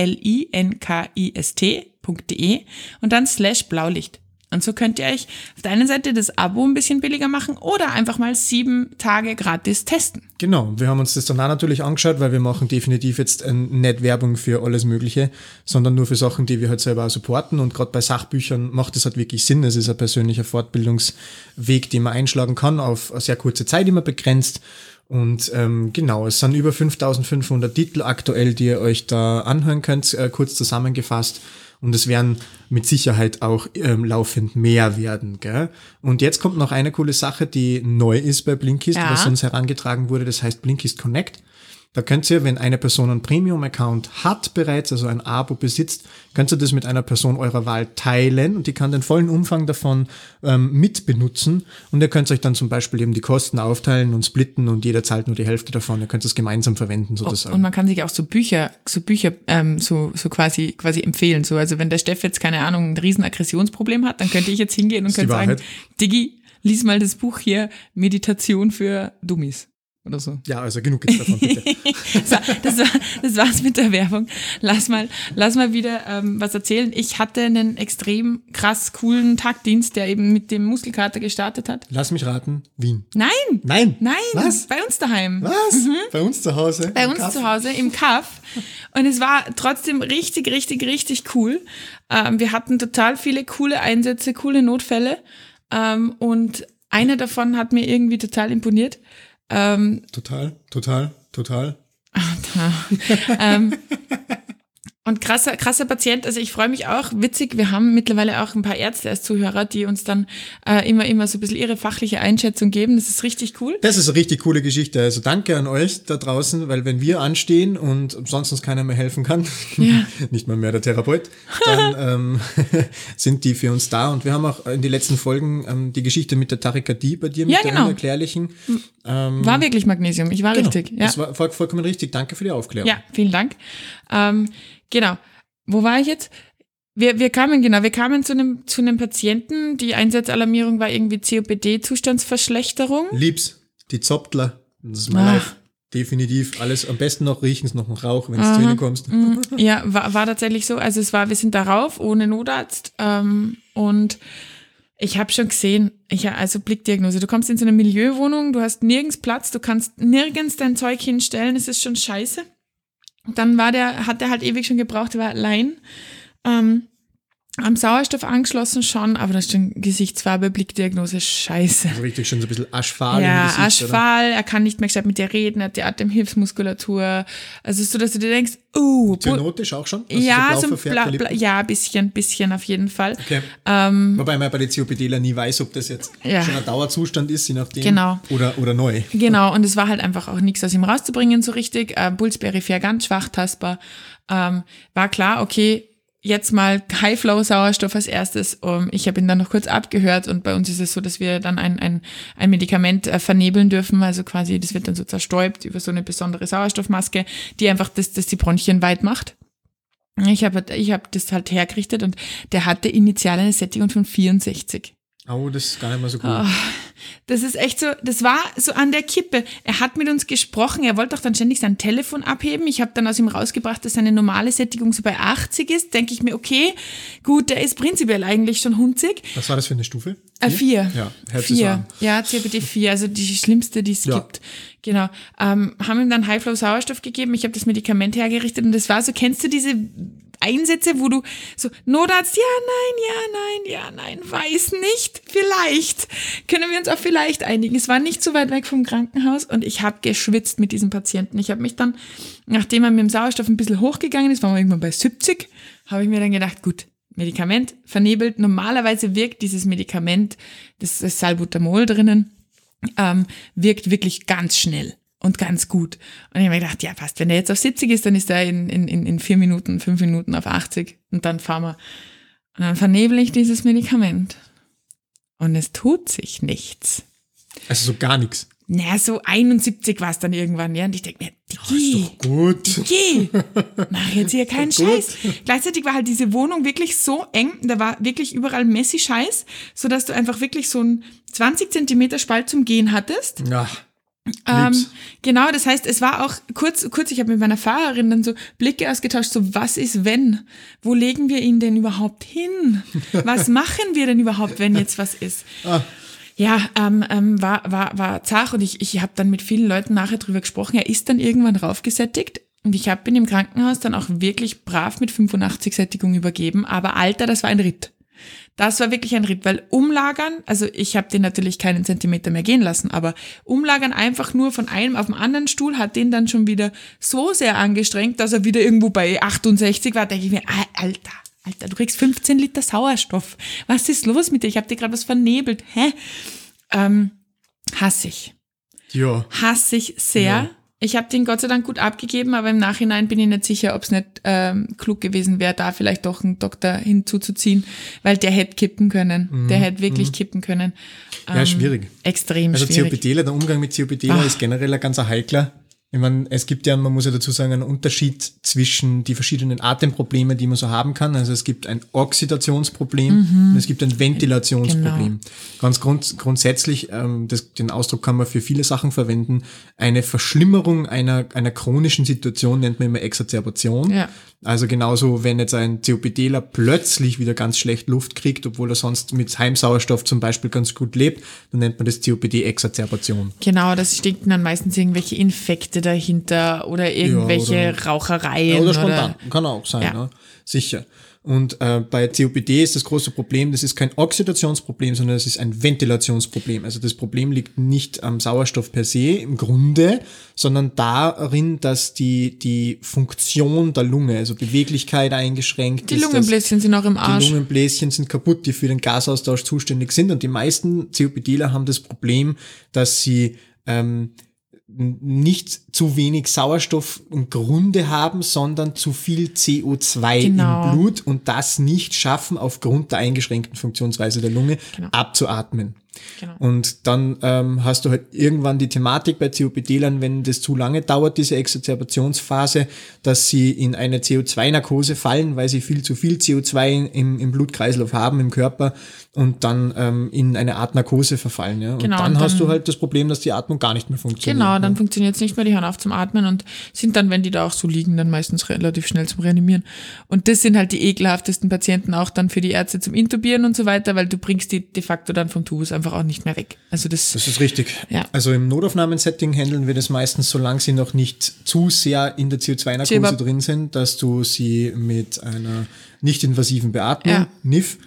blinkist.de und dann /Blaulicht. Und so könnt ihr euch auf der einen Seite das Abo ein bisschen billiger machen oder einfach mal 7 Tage gratis testen. Genau, wir haben uns das dann auch natürlich angeschaut, weil wir machen definitiv jetzt nicht Werbung für alles Mögliche, sondern nur für Sachen, die wir halt selber auch supporten. Und gerade bei Sachbüchern macht das halt wirklich Sinn. Es ist ein persönlicher Fortbildungsweg, den man einschlagen kann, auf eine sehr kurze Zeit immer begrenzt. Und genau, es sind über 5500 Titel aktuell, die ihr euch da anhören könnt, kurz zusammengefasst. Und es werden mit Sicherheit auch laufend mehr werden. Gell? Und jetzt kommt noch eine coole Sache, die neu ist bei Blinkist, was uns herangetragen wurde. Das heißt Blinkist Connect. Da könnt ihr, wenn eine Person einen Premium-Account hat bereits, also ein Abo besitzt, könnt ihr das mit einer Person eurer Wahl teilen und die kann den vollen Umfang davon mit benutzen und ihr könnt euch dann zum Beispiel eben die Kosten aufteilen und splitten und jeder zahlt nur die Hälfte davon. Ihr könnt es gemeinsam verwenden sozusagen. Und man kann sich auch so Bücher quasi empfehlen. So, also wenn der Steff jetzt, keine Ahnung, ein riesen Aggressionsproblem hat, dann könnte ich jetzt hingehen und könnte sagen, Diggi, lies mal das Buch hier, Meditation für Dummies. Oder so. Ja, also genug jetzt davon, bitte. So, das war's mit der Werbung. Lass mal wieder was erzählen. Ich hatte einen extrem krass coolen Tagdienst, der eben mit dem Muskelkater gestartet hat. Lass mich raten, Wien. Nein. Was? Bei uns daheim. Was? Mhm. Bei uns zu Hause? Bei uns zu Hause im Kaff. Und es war trotzdem richtig, richtig, richtig cool. Wir hatten total viele coole Einsätze, coole Notfälle. Und einer davon hat mir irgendwie total imponiert. Total. Und krasser Patient, also ich freue mich auch, witzig, wir haben mittlerweile auch ein paar Ärzte als Zuhörer, die uns dann immer so ein bisschen ihre fachliche Einschätzung geben, das ist richtig cool. Das ist eine richtig coole Geschichte, also danke an euch da draußen, weil wenn wir anstehen und sonst uns keiner mehr helfen kann, nicht mal mehr der Therapeut, dann sind die für uns da und wir haben auch in den letzten Folgen die Geschichte mit der Tachykardie bei dir, mit der unerklärlichen. War wirklich Magnesium, ich war richtig. Ja. Das war vollkommen richtig, danke für die Aufklärung. Ja, vielen Dank. Genau. Wo war ich jetzt? Wir kamen zu einem Patienten. Die Einsatzalarmierung war irgendwie COPD-Zustandsverschlechterung. Lieb's, die Zoptler, das ist mein Life. Definitiv. Alles am besten noch riechen es noch nach Rauch, wenn du zu ihnen kommst. Ja, war tatsächlich so. Also wir sind darauf, ohne Notarzt. Und ich habe schon gesehen, also Blickdiagnose, du kommst in so eine Milieuwohnung, du hast nirgends Platz, du kannst nirgends dein Zeug hinstellen, es ist schon scheiße. Dann hat er halt ewig schon gebraucht, er war allein, am Sauerstoff angeschlossen schon, aber da ist schon Gesichtsfarbe, Blickdiagnose, scheiße. Also richtig schon so ein bisschen aschfahl im Gesicht. Ja, aschfahl, oder? Er kann nicht mehr gescheit mit dir reden, er hat die Atemhilfsmuskulatur. Also so, dass du dir denkst, zyanotisch auch schon? Also ja, so ein bisschen auf jeden Fall. Okay. Wobei man bei den COPDler nie weiß, ob das jetzt schon ein Dauerzustand ist, je nachdem. Genau. Oder neu. Genau, und es war halt einfach auch nichts aus ihm rauszubringen so richtig. Puls peripher ganz schwach tastbar. War klar, okay, jetzt mal High-Flow-Sauerstoff als erstes. Ich habe ihn dann noch kurz abgehört und bei uns ist es so, dass wir dann ein Medikament vernebeln dürfen, also quasi das wird dann so zerstäubt über so eine besondere Sauerstoffmaske, die einfach das die Bronchien weit macht. Ich hab das halt hergerichtet und der hatte initial eine Sättigung von 64. Oh, das ist gar nicht mal so gut. Oh, das ist echt so, das war so an der Kippe. Er hat mit uns gesprochen, er wollte auch dann ständig sein Telefon abheben. Ich habe dann aus ihm rausgebracht, dass seine normale Sättigung so bei 80 ist. Denke ich mir, okay, gut, der ist prinzipiell eigentlich schon hunzig. Was war das für eine Stufe? 4. Ja, Herzlich an. Ja, COPD 4, also die schlimmste, die es gibt. Genau. Haben ihm dann High-Flow-Sauerstoff gegeben. Ich habe das Medikament hergerichtet und das war so, kennst du diese Einsätze, wo du so, Notarzt, ja, nein, weiß nicht, vielleicht. Können wir uns auf vielleicht einigen. Es war nicht so weit weg vom Krankenhaus und ich habe geschwitzt mit diesem Patienten. Ich habe mich dann, nachdem er mit dem Sauerstoff ein bisschen hochgegangen ist, waren wir irgendwann bei 70, habe ich mir dann gedacht, gut, Medikament vernebelt. Normalerweise wirkt dieses Medikament, das ist Salbutamol drinnen, wirkt wirklich ganz schnell und ganz gut. Und ich habe mir gedacht, ja passt, wenn der jetzt auf 70 ist, dann ist er in 4 Minuten, 5 Minuten auf 80 und dann fahren wir. Und dann vernebel ich dieses Medikament. Und es tut sich nichts. Also so gar nichts. Na, so 71 war es dann irgendwann, ja. Und ich denke mir, Digi, ist doch gut. Digi, mach jetzt hier keinen Scheiß. Gleichzeitig war halt diese Wohnung wirklich so eng, da war wirklich überall Messi-Scheiß, sodass du einfach wirklich so einen 20 Zentimeter Spalt zum Gehen hattest. Ja. Genau, das heißt, es war auch kurz, ich habe mit meiner Fahrerin dann so Blicke ausgetauscht, so was ist wenn? Wo legen wir ihn denn überhaupt hin? Was machen wir denn überhaupt, wenn jetzt was ist? Ja, war zart und ich habe dann mit vielen Leuten nachher drüber gesprochen. Er ist dann irgendwann raufgesättigt und ich habe ihn im Krankenhaus dann auch wirklich brav mit 85 Sättigung übergeben. Aber Alter, das war ein Ritt. Das war wirklich ein Ritt, weil umlagern, also ich habe den natürlich keinen Zentimeter mehr gehen lassen, aber umlagern einfach nur von einem auf den anderen Stuhl hat den dann schon wieder so sehr angestrengt, dass er wieder irgendwo bei 68 war. Da denke ich mir, Alter, du kriegst 15 Liter Sauerstoff. Was ist los mit dir? Ich habe dir gerade was vernebelt. Hä? Hasse ich. Ja. Hasse ich sehr. Ja. Ich habe den Gott sei Dank gut abgegeben, aber im Nachhinein bin ich nicht sicher, ob es nicht klug gewesen wäre, da vielleicht doch einen Doktor hinzuzuziehen, weil der hätte kippen können. Der hätte wirklich kippen können. Ja, schwierig. Extrem schwierig. Also COPDler, der Umgang mit COPDler ist generell ein ganz heikler. Ich meine, es gibt ja, man muss ja dazu sagen, einen Unterschied zwischen die verschiedenen Atemprobleme, die man so haben kann. Also es gibt ein Oxidationsproblem und es gibt ein Ventilationsproblem. Genau. Ganz grundsätzlich, den Ausdruck kann man für viele Sachen verwenden. Eine Verschlimmerung einer chronischen Situation nennt man immer Exacerbation. Ja. Also genauso, wenn jetzt ein COPDler plötzlich wieder ganz schlecht Luft kriegt, obwohl er sonst mit Heimsauerstoff zum Beispiel ganz gut lebt, dann nennt man das COPD-Exacerbation. Genau, das stecken dann meistens irgendwelche Infekte dahinter oder irgendwelche Rauchereien. Oder spontan, kann auch sein, ja. Sicher. Und bei COPD ist das große Problem, das ist kein Oxidationsproblem, sondern es ist ein Ventilationsproblem. Also das Problem liegt nicht am Sauerstoff per se im Grunde, sondern darin, dass die Funktion der Lunge, also Beweglichkeit eingeschränkt ist. Die Lungenbläschen sind auch im Arsch. Die Lungenbläschen sind kaputt, die für den Gasaustausch zuständig sind. Und die meisten COPDler haben das Problem, dass sie nicht zu wenig Sauerstoff im Grunde haben, sondern zu viel CO2 im Blut und das nicht schaffen, aufgrund der eingeschränkten Funktionsweise der Lunge abzuatmen. Genau. Und dann hast du halt irgendwann die Thematik bei COPDlern, wenn das zu lange dauert, diese Exacerbationsphase, dass sie in eine CO2-Narkose fallen, weil sie viel zu viel CO2 im Blutkreislauf haben, im Körper und dann in eine Art Narkose verfallen. Ja? Genau, und dann hast du halt das Problem, dass die Atmung gar nicht mehr funktioniert. Genau, dann funktioniert es nicht mehr, die hören auf zum Atmen und sind dann, wenn die da auch so liegen, dann meistens relativ schnell zum Reanimieren. Und das sind halt die ekelhaftesten Patienten auch dann für die Ärzte zum Intubieren und so weiter, weil du bringst die de facto dann vom Tubus einfach auch nicht mehr weg. Also das ist richtig. Ja. Also im Notaufnahmensetting handeln wir das meistens, solange sie noch nicht zu sehr in der CO2-Narkose drin sind, dass du sie mit einer nicht-invasiven Beatmung, NIF,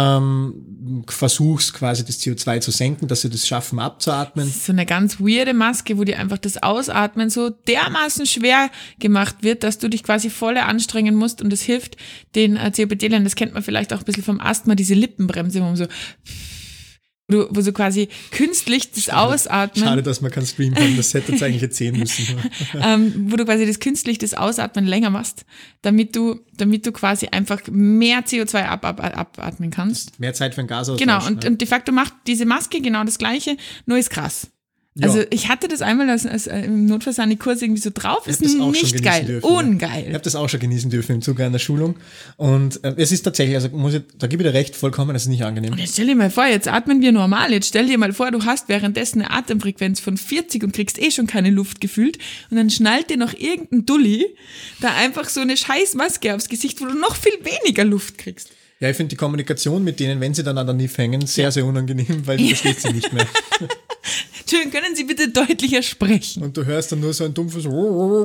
versuchst quasi das CO2 zu senken, dass sie das schaffen abzuatmen. Das ist so eine ganz weirde Maske, wo dir einfach das Ausatmen so dermaßen schwer gemacht wird, dass du dich quasi voll anstrengen musst und es hilft den COPDlern, das kennt man vielleicht auch ein bisschen vom Asthma, diese Lippenbremse, wo man so wo so quasi künstlich das Ausatmen. Schade, dass man keinen Stream haben, das hätte jetzt eigentlich erzählen müssen. Wo du quasi das Ausatmen länger machst, damit du quasi einfach mehr CO2 abatmen kannst. Mehr Zeit für den Gasaustausch. Genau, und de facto macht diese Maske genau das Gleiche, nur ist krass. Ja. Also ich hatte das einmal als im Notfallsani-Kurs irgendwie so drauf, ist nicht geil, dürfen, ungeil. Ich habe das auch schon genießen dürfen im Zuge einer Schulung und es ist tatsächlich, also da gebe ich dir recht, vollkommen, das ist nicht angenehm. Und jetzt stell dir mal vor, jetzt atmen wir normal, jetzt stell dir mal vor, du hast währenddessen eine Atemfrequenz von 40 und kriegst schon keine Luft gefühlt und dann schnallt dir noch irgendein Dulli da einfach so eine scheiß Maske aufs Gesicht, wo du noch viel weniger Luft kriegst. Ja, ich finde die Kommunikation mit denen, wenn sie dann an der NIF hängen, sehr, sehr unangenehm, weil du verstehst sie nicht mehr. Entschuldigung, können Sie bitte deutlicher sprechen? Und du hörst dann nur so ein dumpfes Ja,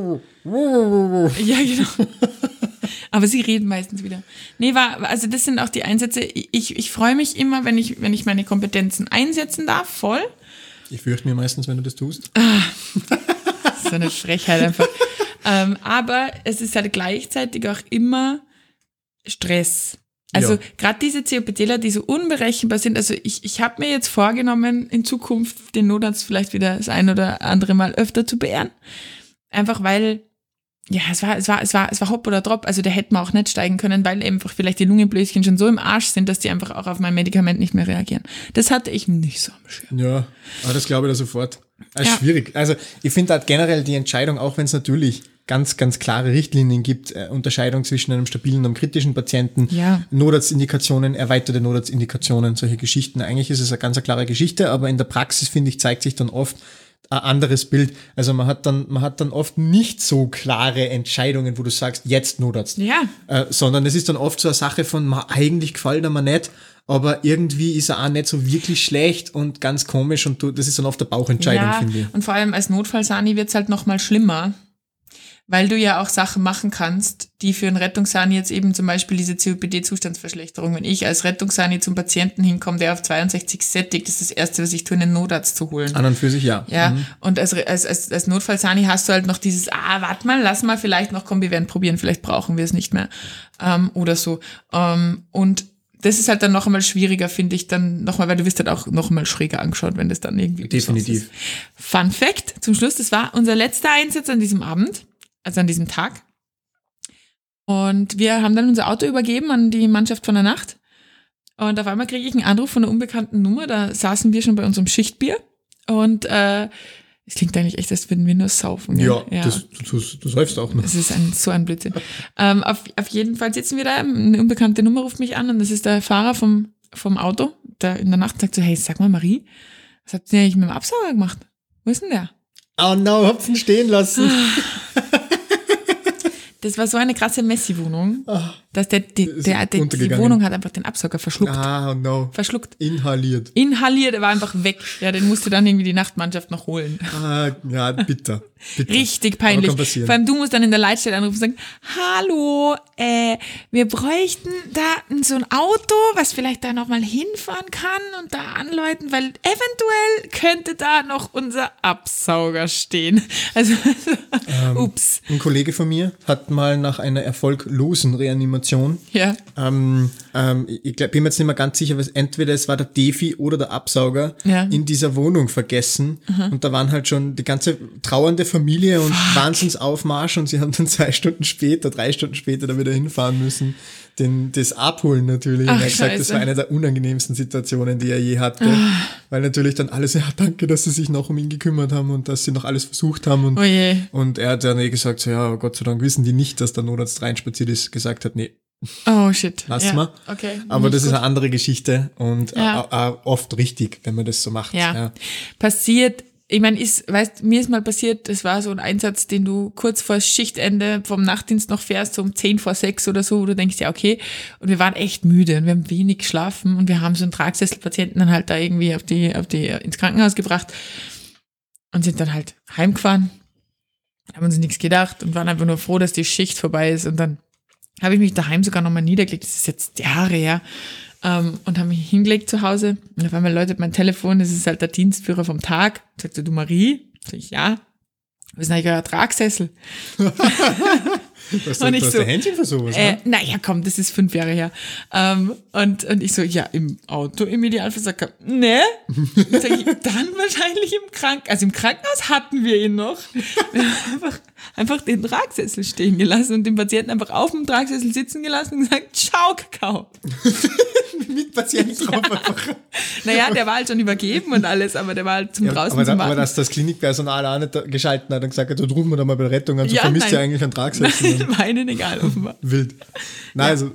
genau. Aber sie reden meistens wieder. Nee, also das sind auch die Einsätze. Ich freue mich immer, wenn ich meine Kompetenzen einsetzen darf, voll. Ich fürchte mir meistens, wenn du das tust. So eine Frechheit einfach. Aber es ist halt gleichzeitig auch immer Stress. Also gerade diese COPDler, die so unberechenbar sind, also ich habe mir jetzt vorgenommen, in Zukunft den Notarzt vielleicht wieder das ein oder andere Mal öfter zu beehren. Einfach weil, ja, es war Hopp oder Drop, also da hätte man auch nicht steigen können, weil einfach vielleicht die Lungenbläschen schon so im Arsch sind, dass die einfach auch auf mein Medikament nicht mehr reagieren. Das hatte ich nicht so am Schirm. Ja, aber das glaube ich da sofort. Also schwierig. Also ich finde halt generell die Entscheidung, auch wenn es natürlich ganz, ganz klare Richtlinien gibt, Unterscheidung zwischen einem stabilen und einem kritischen Patienten, Notarztindikationen, erweiterte Notarztindikationen, solche Geschichten. Eigentlich ist es eine ganz klare Geschichte, aber in der Praxis, finde ich, zeigt sich dann oft ein anderes Bild. Also man hat dann oft nicht so klare Entscheidungen, wo du sagst, jetzt Notarzt. Ja. Sondern es ist dann oft so eine Sache von, eigentlich gefällt er mir nicht, aber irgendwie ist er auch nicht so wirklich schlecht und ganz komisch und das ist dann oft eine Bauchentscheidung, finde ich. Und vor allem als Notfallsani wird's halt noch mal schlimmer, weil du ja auch Sachen machen kannst, die für einen Rettungssani jetzt eben zum Beispiel diese COPD-Zustandsverschlechterung, wenn ich als Rettungssani zum Patienten hinkomme, der auf 62 sättigt, ist das Erste, was ich tue, einen Notarzt zu holen. An und für sich, ja. Ja, und als Notfallsani hast du halt noch dieses, warte mal, lass mal vielleicht noch Kombivent probieren, vielleicht brauchen wir es nicht mehr, oder so. Und das ist halt dann noch einmal schwieriger, finde ich, dann nochmal, weil du wirst halt auch noch einmal schräger angeschaut, wenn das dann irgendwie definitiv. Fun Fact zum Schluss, das war unser letzter Einsatz an diesem Abend, also an diesem Tag. Und wir haben dann unser Auto übergeben an die Mannschaft von der Nacht. Und auf einmal kriege ich einen Anruf von einer unbekannten Nummer, da saßen wir schon bei unserem Schichtbier. Und es klingt eigentlich echt, als würden wir nur saufen. Ja, du säufst auch noch. Das ist so ein Blödsinn. Auf jeden Fall sitzen wir da, eine unbekannte Nummer ruft mich an und das ist der Fahrer vom Auto, der in der Nacht sagt so, hey, sag mal Marie, was habt ihr eigentlich mit dem Absauger gemacht? Wo ist denn der? Oh no, hab's ihn stehen lassen. Das war so eine krasse Messi-Wohnung, dass die Wohnung hat einfach den Absauger verschluckt. Ah, no. Verschluckt. Inhaliert, er war einfach weg. Ja, den musste dann irgendwie die Nachtmannschaft noch holen. Ja, bitter. Richtig peinlich. Vor allem du musst dann in der Leitstelle anrufen und sagen, hallo, wir bräuchten da so ein Auto, was vielleicht da nochmal hinfahren kann und da anläuten, weil eventuell könnte da noch unser Absauger stehen. Also, ups. Ein Kollege von mir hat mal nach einer erfolglosen Reanimation, ich bin mir jetzt nicht mehr ganz sicher, entweder es war der Defi oder der Absauger in dieser Wohnung vergessen und da waren halt schon die ganze trauernde Familie und Wahnsinnsaufmarsch und sie haben dann 3 Stunden später da wieder hinfahren müssen, das abholen natürlich. Und er hat gesagt, das war eine der unangenehmsten Situationen, die er je hatte, weil natürlich dann alle so, ja, danke, dass sie sich noch um ihn gekümmert haben und dass sie noch alles versucht haben und er hat dann gesagt, so, ja, Gott sei Dank wissen die nicht, dass der Notarzt reinspaziert ist, gesagt hat, nee. Oh shit. Lass mal. Okay. Aber das ist eine andere Geschichte und oft richtig, wenn man das so macht. Ja. Passiert, ich meine, mir ist mal passiert, das war so ein Einsatz, den du kurz vor Schichtende vom Nachtdienst noch fährst, so um 5:10 oder so, wo du denkst, ja, okay. Und wir waren echt müde und wir haben wenig geschlafen und wir haben so einen Tragsesselpatienten dann halt da irgendwie ins Krankenhaus gebracht und sind dann halt heimgefahren, haben uns nichts gedacht und waren einfach nur froh, dass die Schicht vorbei ist und dann habe ich mich daheim sogar nochmal niedergelegt, das ist jetzt Jahre her, und habe mich hingelegt zu Hause und auf einmal läutet mein Telefon, das ist halt der Dienstführer vom Tag, sagt er, du Marie? Sag ich, ja. Was ist denn eigentlich euer Tragsessel? Was ist der Händchen für sowas? Naja, komm, das ist 5 Jahre her. Und ich so, ja, im Auto im Idealfall, sagt er, ne? Sag ich, dann wahrscheinlich im Krankenhaus. Also im Krankenhaus hatten wir ihn noch. Wir haben einfach den Tragsessel stehen gelassen und den Patienten einfach auf dem Tragsessel sitzen gelassen und gesagt, ciao, Kakao. Mit Patienten drauf einfach. Naja, der war halt schon übergeben und alles, aber der war halt zum draußen zum Warten. Aber dass das Klinikpersonal auch nicht geschalten hat und gesagt hat, so rufen wir da mal bei der Rettung an, so vermisst ihr eigentlich einen Tragsessel. Meinen egal, offenbar. Wild. Nein, also.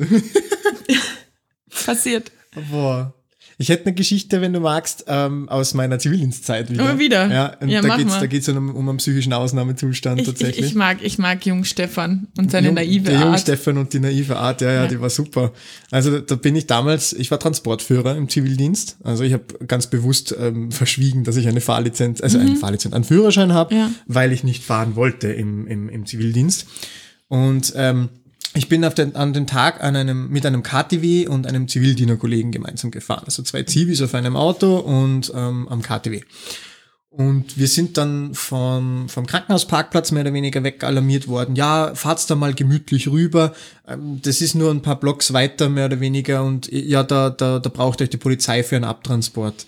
Passiert. Boah. Ich hätte eine Geschichte, wenn du magst, aus meiner Zivildienstzeit wieder. Aber wieder? Ja, und da geht's um einen psychischen Ausnahmezustand tatsächlich. Ich mag Jung Stefan und seine naive Art. Der Jung Stefan und die naive Art, ja, die war super. Also da bin ich damals, ich war Transportführer im Zivildienst. Also ich habe ganz bewusst verschwiegen, dass ich einen Führerschein habe, weil ich nicht fahren wollte im Zivildienst. Und ich bin an den Tag mit einem KTW und einem Zivildienerkollegen gemeinsam gefahren. Also 2 Zivis auf einem Auto und am KTW. Und wir sind dann vom Krankenhausparkplatz mehr oder weniger weg alarmiert worden. Ja, fahrt's da mal gemütlich rüber. Das ist nur ein paar Blocks weiter mehr oder weniger und ja, da braucht euch die Polizei für einen Abtransport.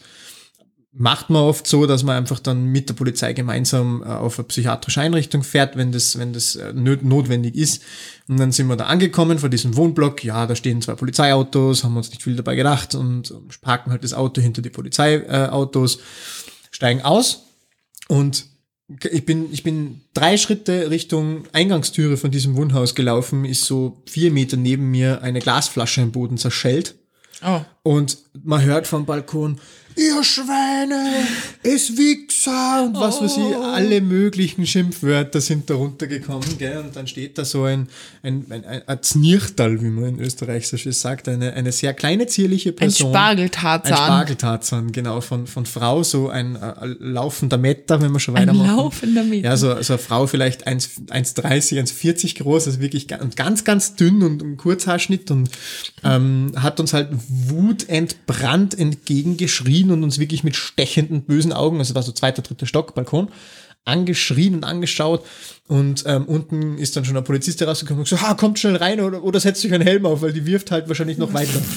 Macht man oft so, dass man einfach dann mit der Polizei gemeinsam auf eine psychiatrische Einrichtung fährt, wenn das notwendig ist. Und dann sind wir da angekommen vor diesem Wohnblock. Ja, da stehen 2 Polizeiautos, haben uns nicht viel dabei gedacht und parken halt das Auto hinter die Polizeiautos, steigen aus und ich bin 3 Schritte Richtung Eingangstüre von diesem Wohnhaus gelaufen, ist so 4 Meter neben mir eine Glasflasche im Boden zerschellt. Oh. Und man hört vom Balkon, ihr Schweine, es Wichser und was weiß ich, alle möglichen Schimpfwörter sind da runtergekommen, gell? Und dann steht da so ein Znirchtal, wie man in Österreich so schön sagt, eine sehr kleine, zierliche Person. Ein Spargeltarzan, genau, von Frau, so ein laufender Meter, wenn man schon weitermachen. Ein laufender Meter. Ja, so eine Frau vielleicht 1,30, 1,40 groß, also wirklich ganz, ganz dünn und ein Kurzhaarschnitt und hat uns halt wutentbrannt entgegengeschrien und uns wirklich mit stechenden, bösen Augen, also war so 2., 3. Stock, Balkon, angeschrien und angeschaut und unten ist dann schon ein Polizist rausgekommen und gesagt, kommt schnell rein oder setzt euch einen Helm auf, weil die wirft halt wahrscheinlich noch weiter.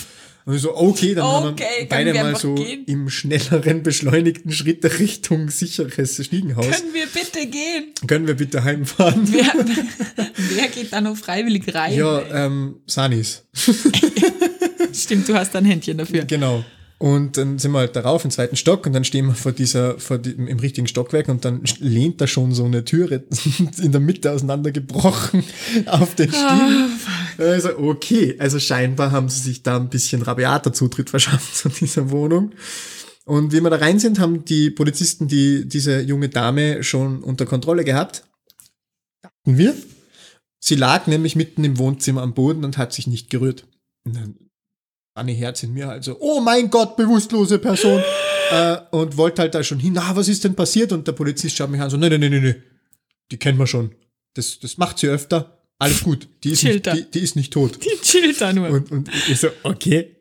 Und ich so, okay, dann haben wir beide mal so gehen? Im schnelleren, beschleunigten Schritt Richtung sicheres Stiegenhaus. Können wir bitte gehen? Können wir bitte heimfahren? Wer geht da noch freiwillig rein? Ja, Sanis. Stimmt, du hast ein Händchen dafür. Genau. Und dann sind wir halt darauf im 2. Stock und dann stehen wir im richtigen Stockwerk und dann lehnt da schon so eine Türe in der Mitte auseinandergebrochen auf den Stiegen. Also okay, also scheinbar haben sie sich da ein bisschen rabiater Zutritt verschafft zu dieser Wohnung. Und wie wir da rein sind, haben die Polizisten diese junge Dame schon unter Kontrolle gehabt. Dachten wir. Sie lag nämlich mitten im Wohnzimmer am Boden und hat sich nicht gerührt. Und dann Anne Herz in mir halt so, oh mein Gott, bewusstlose Person. Und wollte halt da schon hin, was ist denn passiert? Und der Polizist schaut mich an so, nee, die kennen wir schon. Das macht sie öfter. Alles gut, die ist nicht tot. Die chillt da nur. Und ich so, okay,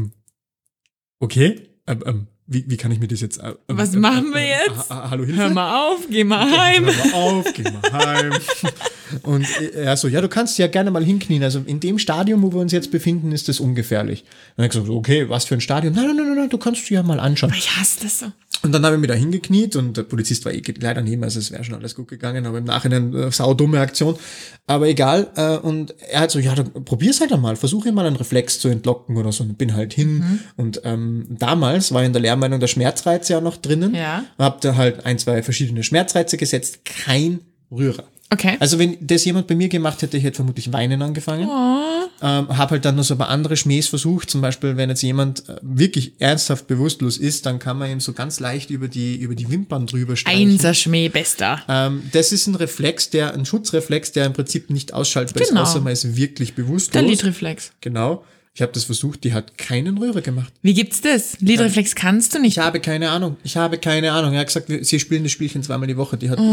wie kann ich mir das jetzt... Was machen wir jetzt? Hallo, Hilfe? Hör mal auf, geh mal heim. Geh mal heim. Und er so, ja, du kannst ja gerne mal hinknien. Also in dem Stadium, wo wir uns jetzt befinden, ist das ungefährlich. Und ich so, okay, was für ein Stadium? Nein, du kannst du ja mal anschauen. Ich hasse das so. Und dann habe ich mich da hingekniet und der Polizist war leider neben, also es wäre schon alles gut gegangen, aber im Nachhinein saudumme Aktion. Aber egal. Und er hat so, ja, dann probier's halt einmal, versuche mal einen Reflex zu entlocken oder so. Und bin halt hin. Und damals war in der Lehrmeinung der Schmerzreiz ja noch drinnen. Ja. Hab da halt 1, 2 verschiedene Schmerzreize gesetzt, kein Rührer. Okay. Also wenn das jemand bei mir gemacht hätte, ich hätte vermutlich weinen angefangen. Hab halt dann noch so ein paar andere Schmähs versucht. Zum Beispiel, wenn jetzt jemand wirklich ernsthaft bewusstlos ist, dann kann man ihm so ganz leicht über die Wimpern drüber streichen. 1er Schmäh, bester. Das ist ein Schutzreflex, der im Prinzip nicht ausschaltbar ist, außer man ist wirklich bewusstlos. Der Lidreflex. Genau. Ich habe das versucht, die hat keinen Rührer gemacht. Wie gibt's das? Lidreflex kannst du nicht. Ich habe keine Ahnung. Er hat gesagt, sie spielen das Spielchen 2-mal die Woche. Die hat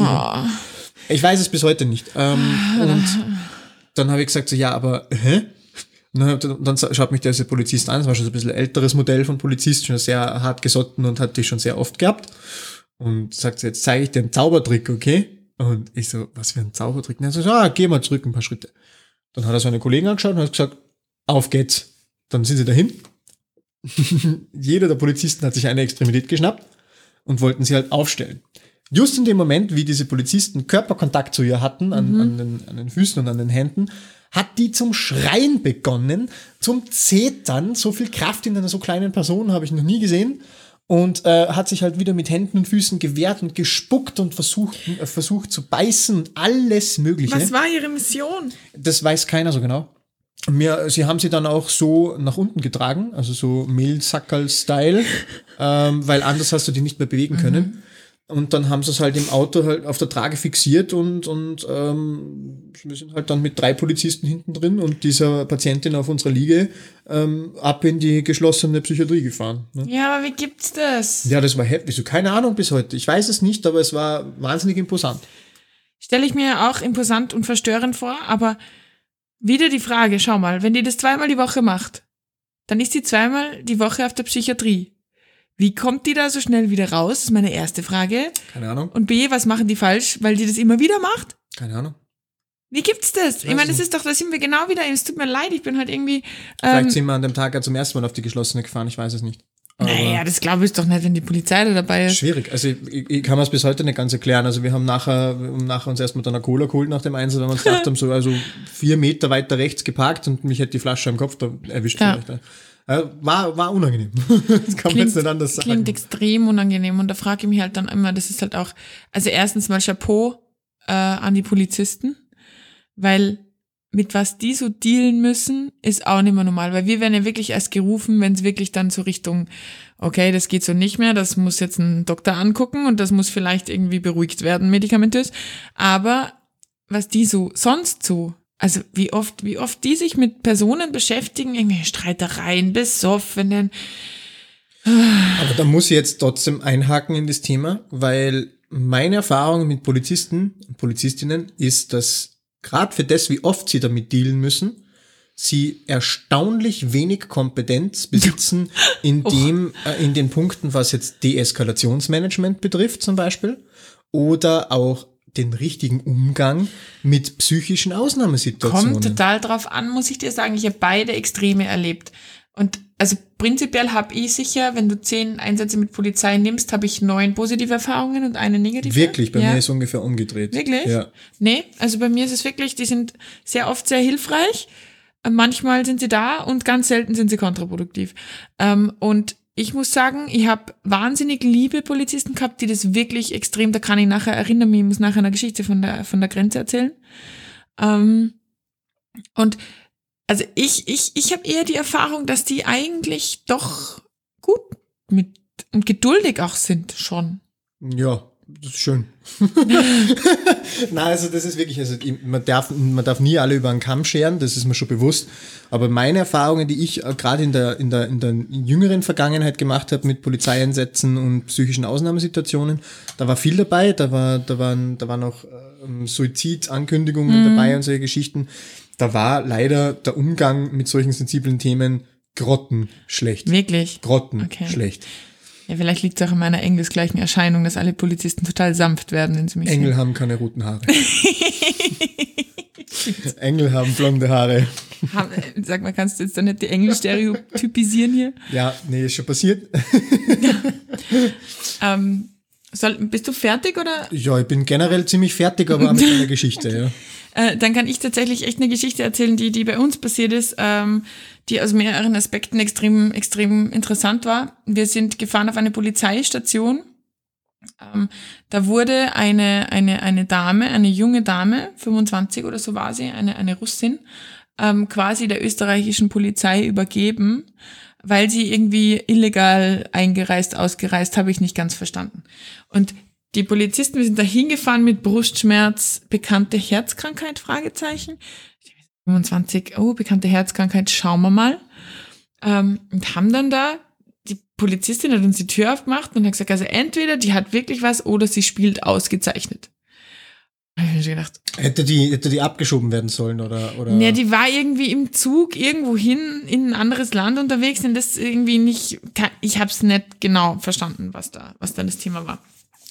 ich weiß es bis heute nicht. Und dann habe ich gesagt, so, ja, aber Und dann schaut mich der Polizist an, das war schon so ein bisschen älteres Modell von Polizist, schon sehr hart gesotten und hat die schon sehr oft gehabt. Und sagt so, jetzt zeige ich dir einen Zaubertrick, okay? Und ich so, was für ein Zaubertrick? Und er so, geh mal zurück ein paar Schritte. Dann hat er seine Kollegen angeschaut und hat gesagt, auf geht's. Dann sind sie dahin. Jeder der Polizisten hat sich eine Extremität geschnappt und wollten sie halt aufstellen. Just in dem Moment, wie diese Polizisten Körperkontakt zu ihr hatten, an den Füßen und an den Händen, hat die zum Schreien begonnen, zum Zetern. So viel Kraft in einer so kleinen Person habe ich noch nie gesehen. Und hat sich halt wieder mit Händen und Füßen gewehrt und gespuckt und versucht zu beißen und alles Mögliche. Was war ihre Mission? Das weiß keiner so genau. Sie haben sie dann auch so nach unten getragen, also so Mehlsackerl-Style, weil anders hast du die nicht mehr bewegen können. Und dann haben sie es halt im Auto halt auf der Trage fixiert und wir sind halt dann mit 3 Polizisten hinten drin und dieser Patientin auf unserer Liege ab in die geschlossene Psychiatrie gefahren. Ne? Ja, aber wie gibt's das? Ja, das war heftig. So, keine Ahnung bis heute. Ich weiß es nicht, aber es war wahnsinnig imposant. Stelle ich mir auch imposant und verstörend vor, aber wieder die Frage, schau mal, wenn die das 2-mal die Woche macht, dann ist die 2-mal die Woche auf der Psychiatrie. Wie kommt die da so schnell wieder raus? Das ist meine erste Frage. Keine Ahnung. Und B, was machen die falsch, weil die das immer wieder macht? Keine Ahnung. Wie gibt's das? Ich meine, da sind wir genau wieder, es tut mir leid, ich bin halt irgendwie... Vielleicht sind wir an dem Tag ja zum ersten Mal auf die geschlossene gefahren, ich weiß es nicht. Aber naja, das glaube ich doch nicht, wenn die Polizei da dabei ist. Schwierig, also ich kann mir es bis heute nicht ganz erklären. Also wir haben nachher uns erstmal dann eine Cola geholt nach dem Einsatz, weil wir uns gedacht haben, so also 4 Meter weiter rechts geparkt und mich hätte die Flasche am Kopf da erwischt vielleicht. War unangenehm. Das kann man jetzt nicht anders sagen. Klingt extrem unangenehm und da frage ich mich halt dann immer, das ist halt auch, also erstens mal Chapeau an die Polizisten, weil mit was die so dealen müssen, ist auch nicht mehr normal, weil wir werden ja wirklich erst gerufen, wenn es wirklich dann so Richtung, okay, das geht so nicht mehr, das muss jetzt ein Doktor angucken und das muss vielleicht irgendwie beruhigt werden, medikamentös, aber was die so sonst so, also wie oft die sich mit Personen beschäftigen, irgendwelche Streitereien, Besoffenen. Aber da muss ich jetzt trotzdem einhaken in das Thema, weil meine Erfahrung mit Polizisten und Polizistinnen ist, dass gerade für das, wie oft sie damit dealen müssen, sie erstaunlich wenig Kompetenz besitzen in den Punkten, was jetzt Deeskalationsmanagement betrifft zum Beispiel oder auch den richtigen Umgang mit psychischen Ausnahmesituationen. Kommt total drauf an, muss ich dir sagen. Ich habe beide Extreme erlebt. Und also prinzipiell habe ich sicher, wenn du 10 Einsätze mit Polizei nimmst, habe ich 9 positive Erfahrungen und eine negative. Wirklich? Bei mir ist es ungefähr umgedreht. Wirklich? Ja. Nee, also bei mir ist es wirklich, die sind sehr oft sehr hilfreich. Manchmal sind sie da und ganz selten sind sie kontraproduktiv. Und ich muss sagen, ich habe wahnsinnig liebe Polizisten gehabt, die das wirklich extrem, da kann ich nachher erinnern, ich muss nachher eine Geschichte von der Grenze erzählen. Und also ich habe eher die Erfahrung, dass die eigentlich doch gut mit und geduldig auch sind schon. Ja, das ist schön. Nein, also das ist wirklich, also man darf nie alle über einen Kamm scheren, das ist mir schon bewusst. Aber meine Erfahrungen, die ich gerade in der jüngeren Vergangenheit gemacht habe mit Polizeieinsätzen und psychischen Ausnahmesituationen, da war viel dabei, da waren auch Suizidankündigungen dabei und solche Geschichten. Da war leider der Umgang mit solchen sensiblen Themen grottenschlecht. Wirklich? Grottenschlecht. Ja, vielleicht liegt es auch in meiner engelsgleichen Erscheinung, dass alle Polizisten total sanft werden, wenn sie mich Engel sehen. haben keine roten Haare. Engel haben blonde Haare. Sag mal, kannst du jetzt doch nicht die Engel stereotypisieren hier? Ja, nee, ist schon passiert. Bist du fertig oder? Ja, ich bin generell ziemlich fertig, aber auch mit einer Geschichte, ja. Dann kann ich tatsächlich echt eine Geschichte erzählen, die bei uns passiert ist, die aus mehreren Aspekten extrem interessant war. Wir sind gefahren auf eine Polizeistation. Da wurde eine Dame, eine junge Dame, 25 oder so war sie, eine Russin, quasi der österreichischen Polizei übergeben, weil sie irgendwie illegal ausgereist, habe ich nicht ganz verstanden. Und die Polizisten, wir sind da hingefahren mit Brustschmerz, bekannte Herzkrankheit, Fragezeichen. 25, bekannte Herzkrankheit, schauen wir mal. Und haben dann da, die Polizistin hat uns die Tür aufgemacht und hat gesagt, also entweder die hat wirklich was oder sie spielt ausgezeichnet. Da hab ich mir gedacht, Hätte die abgeschoben werden sollen oder? Ja, die war irgendwie im Zug irgendwo hin in ein anderes Land unterwegs und das irgendwie nicht, ich hab's nicht genau verstanden, was da das Thema war.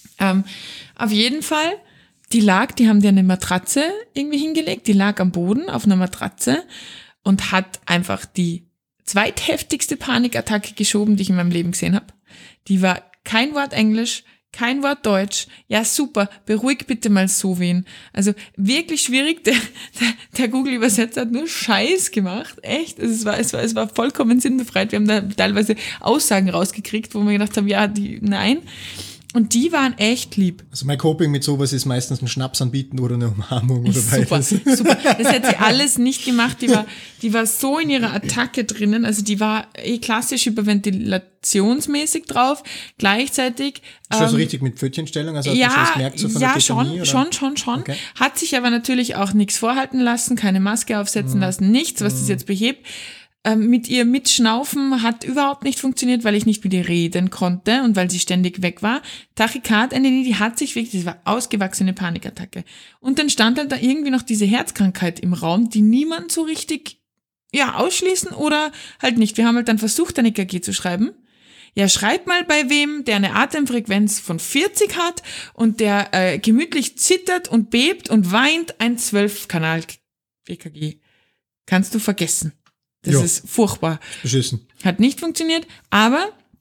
Auf jeden Fall, die haben dir eine Matratze irgendwie hingelegt, die lag am Boden auf einer Matratze und hat einfach die zweitheftigste Panikattacke geschoben, die ich in meinem Leben gesehen habe. Die war kein Wort Englisch, kein Wort Deutsch. Ja, super, beruhig bitte mal so wen. Also wirklich schwierig, der Google-Übersetzer hat nur Scheiß gemacht, echt. Es war vollkommen sinnbefreit. Wir haben da teilweise Aussagen rausgekriegt, wo wir gedacht haben, ja, nein. Und die waren echt lieb. Also mein Coping mit sowas ist meistens ein Schnaps anbieten oder eine Umarmung oder beides. Super. Das hat sie alles nicht gemacht. Die war so in ihrer Attacke drinnen. Also die war klassisch überventilationsmäßig drauf. Gleichzeitig. Schon so richtig mit Pfötchenstellung? Also hat man schon gemerkt, so von der Tetanie, schon. Okay. Hat sich aber natürlich auch nichts vorhalten lassen, keine Maske aufsetzen lassen, nichts, was das jetzt behebt. Mit ihr mitschnaufen hat überhaupt nicht funktioniert, weil ich nicht mit ihr reden konnte und weil sie ständig weg war. Tachykard, die hat sich wirklich, das war ausgewachsene Panikattacke. Und dann stand halt da irgendwie noch diese Herzkrankheit im Raum, die niemand so richtig, ausschließen oder halt nicht. Wir haben halt dann versucht, ein EKG zu schreiben. Ja, schreib mal bei wem, der eine Atemfrequenz von 40 hat und der gemütlich zittert und bebt und weint, ein 12-Kanal-EKG. Kannst du vergessen. Das ist furchtbar. Beschissen. Hat nicht funktioniert, aber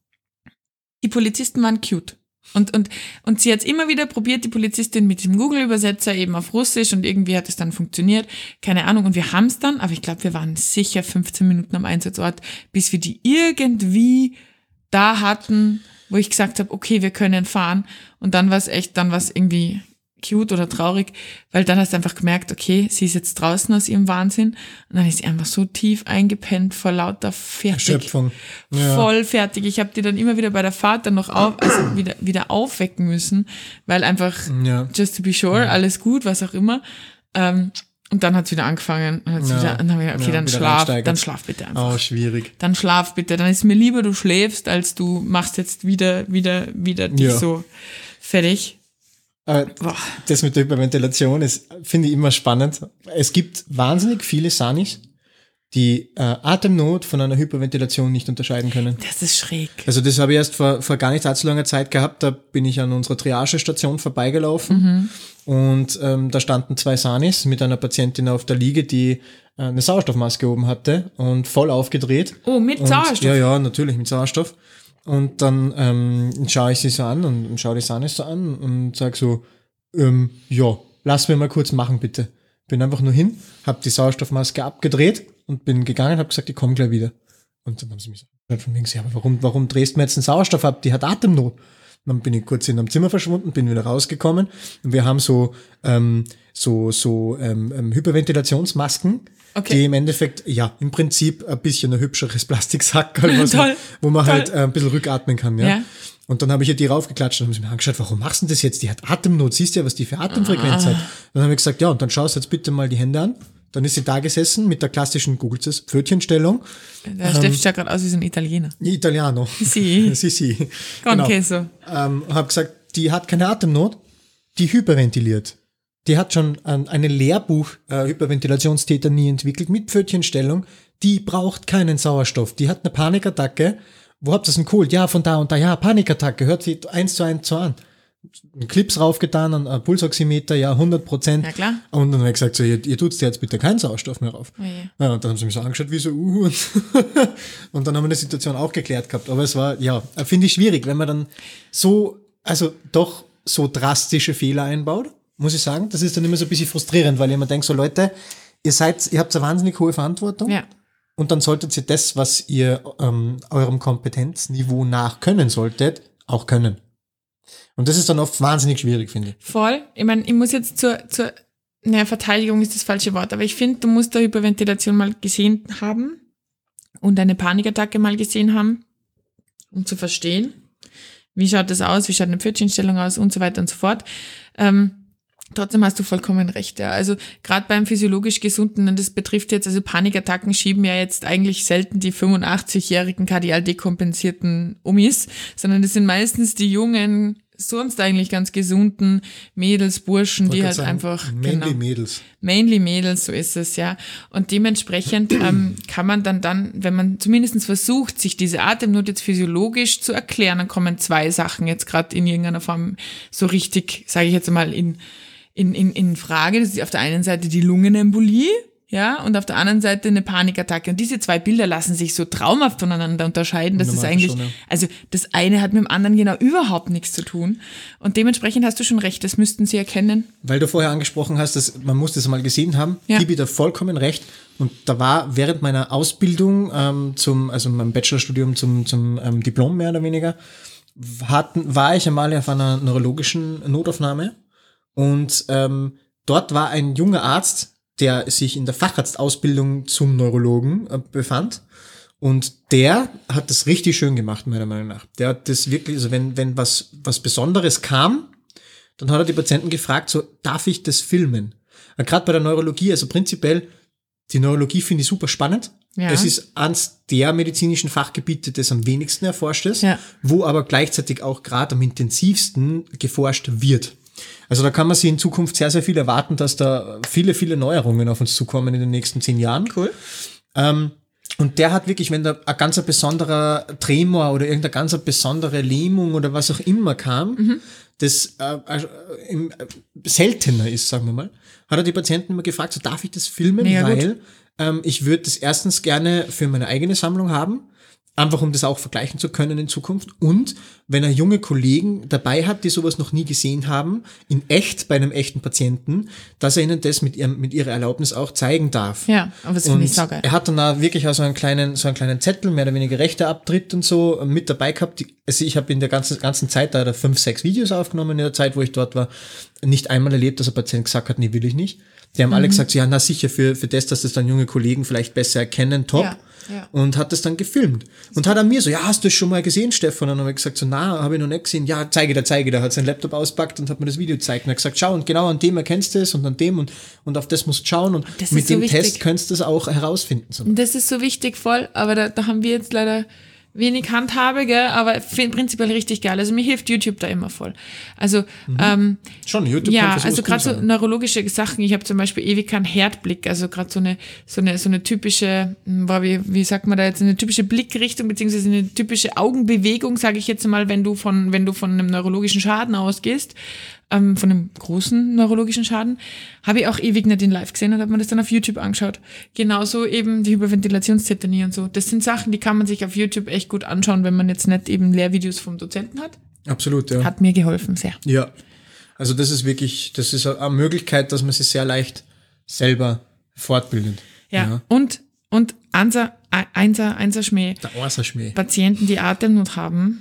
die Polizisten waren cute. Und sie hat es immer wieder probiert, die Polizistin mit dem Google-Übersetzer eben auf Russisch und irgendwie hat es dann funktioniert. Keine Ahnung. Und wir haben es dann, aber ich glaube, wir waren sicher 15 Minuten am Einsatzort, bis wir die irgendwie da hatten, wo ich gesagt habe, okay, wir können fahren. Und dann war es irgendwie cute oder traurig, weil dann hast du einfach gemerkt, okay, sie ist jetzt draußen aus ihrem Wahnsinn und dann ist sie einfach so tief eingepennt vor lauter fertig. Erschöpfung. Ja. Voll fertig. Ich habe die dann immer wieder bei der Fahrt dann noch wieder aufwecken müssen, weil einfach just to be sure, alles gut, was auch immer. Und dann hat es wieder angefangen und dann haben wir gesagt, okay, dann schlaf bitte einfach. Oh, schwierig. Dann schlaf bitte. Dann ist mir lieber, du schläfst, als du machst jetzt wieder dich so fertig. Das mit der Hyperventilation ist, finde ich, immer spannend. Es gibt wahnsinnig viele Sanis, die Atemnot von einer Hyperventilation nicht unterscheiden können. Das ist schräg. Also das habe ich erst vor gar nicht allzu langer Zeit gehabt. Da bin ich an unserer Triagestation vorbeigelaufen und da standen 2 Sanis mit einer Patientin auf der Liege, die eine Sauerstoffmaske oben hatte und voll aufgedreht. Oh, mit Sauerstoff? Ja, natürlich mit Sauerstoff. Und dann schaue ich sie so an und schaue die Sanis so an und sage so, ja, lass mir mal kurz machen, bitte. Bin einfach nur hin, habe die Sauerstoffmaske abgedreht und bin gegangen, habe gesagt, ich komme gleich wieder. Und dann haben sie mich so gesagt, von wegen, ja, aber warum drehst du mir jetzt den Sauerstoff ab? Die hat Atemnot. Und dann bin ich kurz in einem Zimmer verschwunden, bin wieder rausgekommen und wir haben so Hyperventilationsmasken, die im Endeffekt, ja, im Prinzip ein bisschen ein hübscheres Plastiksackerl, wo man halt ein bisschen rückatmen kann, ja. Und dann habe ich ihr die raufgeklatscht und haben sie mir angeschaut, warum machst du das jetzt? Die hat Atemnot, siehst du ja, was die für Atemfrequenz hat. Dann habe ich gesagt, ja, und dann schaust du jetzt bitte mal die Hände an. Dann ist sie da gesessen mit der klassischen, googelt es, Pfötchenstellung. Der Steffi schaut gerade aus wie so ein Italiener. Italiano. Si. Con queso. Habe gesagt, die hat keine Atemnot, die hyperventiliert. Die hat schon eine Lehrbuch-Hyperventilationstäter nie entwickelt mit Pfötchenstellung. Die braucht keinen Sauerstoff. Die hat eine Panikattacke. Wo habt ihr das denn geholt? Ja, von da und da. Ja, Panikattacke. Hört sie 1:1 so an. Clips raufgetan, ein Pulsoximeter, ja, 100%. Ja, klar. Und dann habe ich gesagt, so, ihr tut's dir jetzt bitte keinen Sauerstoff mehr rauf. Ja, und dann haben sie mich so angeschaut, wie so, und dann haben wir die Situation auch geklärt gehabt. Aber es war, ja, finde ich schwierig, wenn man dann doch so drastische Fehler einbaut, muss ich sagen. Das ist dann immer so ein bisschen frustrierend, weil ich immer denke, so Leute, ihr habt eine wahnsinnig hohe Verantwortung. Ja. Und dann solltet ihr das, was ihr eurem Kompetenzniveau nach können solltet, auch können. Und das ist dann oft wahnsinnig schwierig, finde ich. Voll. Ich meine, ich muss jetzt Verteidigung ist das falsche Wort, aber ich finde, du musst da Hyperventilation mal gesehen haben und eine Panikattacke mal gesehen haben, um zu verstehen, wie schaut das aus, wie schaut eine Pfötchenstellung aus und so weiter und so fort. Trotzdem hast du vollkommen recht, ja. Also gerade beim physiologisch Gesunden, und das betrifft jetzt, also Panikattacken schieben ja jetzt eigentlich selten die 85-jährigen kardial dekompensierten Omis, sondern das sind meistens die jungen, sonst eigentlich ganz gesunden Mädels, Burschen, die halt sagen, einfach... Mainly Mädels, so ist es, ja. Und dementsprechend kann man dann, wenn man zumindest versucht, sich diese Atemnot jetzt physiologisch zu erklären, dann kommen 2 Sachen jetzt gerade in irgendeiner Form so richtig, sage ich jetzt mal, in Frage. Das ist auf der einen Seite die Lungenembolie, ja, und auf der anderen Seite eine Panikattacke. Und diese 2 Bilder lassen sich so traumhaft voneinander unterscheiden. Das ist eigentlich, schon, ja. Also das eine hat mit dem anderen genau überhaupt nichts zu tun. Und dementsprechend hast du schon recht, das müssten sie erkennen. Weil du vorher angesprochen hast, dass man muss das mal gesehen haben, ja. Gebe ich dir vollkommen recht. Und da war während meiner Ausbildung also meinem Bachelorstudium zum Diplom mehr oder weniger, war ich einmal auf einer neurologischen Notaufnahme. Und dort war ein junger Arzt, der sich in der Facharztausbildung zum Neurologen befand. Und der hat das richtig schön gemacht, meiner Meinung nach. Der hat das wirklich, also wenn was Besonderes kam, dann hat er die Patienten gefragt, so, darf ich das filmen? Gerade bei der Neurologie, also prinzipiell, die Neurologie finde ich super spannend. Ja. Es ist eines der medizinischen Fachgebiete, das am wenigsten erforscht ist, ja. Wo aber gleichzeitig auch gerade am intensivsten geforscht wird. Also da kann man sich in Zukunft sehr, sehr viel erwarten, dass da viele, viele Neuerungen auf uns zukommen in den nächsten 10 Jahren. Cool. Und der hat wirklich, wenn da ein ganz besonderer Tremor oder irgendeine ganz besondere Lähmung oder was auch immer kam, das seltener ist, sagen wir mal, hat er die Patienten immer gefragt, so, darf ich das filmen? Mega weil ich würde das erstens gerne für meine eigene Sammlung haben, einfach um das auch vergleichen zu können in Zukunft. Und wenn er junge Kollegen dabei hat, die sowas noch nie gesehen haben, in echt, bei einem echten Patienten, dass er ihnen das mit ihrer Erlaubnis auch zeigen darf. Ja, aber das finde ich saugeil. Er hat dann auch wirklich auch so einen kleinen Zettel, mehr oder weniger Rechteabtritt und so mit dabei gehabt. Also ich habe in der ganzen Zeit, da hat er 5, 6 Videos aufgenommen in der Zeit, wo ich dort war, nicht einmal erlebt, dass ein Patient gesagt hat, nee, will ich nicht. Die haben alle gesagt, so, ja, na sicher, für das, dass das dann junge Kollegen vielleicht besser erkennen, top. Ja. Ja. Und hat das dann gefilmt. Und hat er mir so, ja, hast du das schon mal gesehen, Stefan? Und dann habe ich gesagt, so, na, habe ich noch nicht gesehen. Ja, zeige dir. Hat seinen Laptop auspackt und hat mir das Video gezeigt. Und er hat gesagt, schau, und genau an dem erkennst du es und an dem und auf das musst du schauen. Und mit dem Test könntest du es auch herausfinden. So. Das ist so wichtig, voll. Aber da haben wir jetzt leider wenig Handhabe, gell, aber prinzipiell richtig geil. Also mir hilft YouTube da immer voll. Also schon YouTube. Ja, also gerade so neurologische Sachen. Ich habe zum Beispiel ewig keinen Herdblick. Also gerade so eine typische, wie sagt man da jetzt, eine typische Blickrichtung beziehungsweise eine typische Augenbewegung, sage ich jetzt mal, wenn du von einem neurologischen Schaden ausgehst. Von einem großen neurologischen Schaden, habe ich auch ewig nicht in live gesehen und habe mir das dann auf YouTube angeschaut. Genauso eben die Hyperventilationstetanie und so. Das sind Sachen, die kann man sich auf YouTube echt gut anschauen, wenn man jetzt nicht eben Lehrvideos vom Dozenten hat. Absolut, ja. Hat mir geholfen, sehr. Ja, also das ist eine Möglichkeit, dass man sich sehr leicht selber fortbildet. Ja. Und Einser Schmäh. Der Einser-Schmäh. Patienten, die Atemnot haben,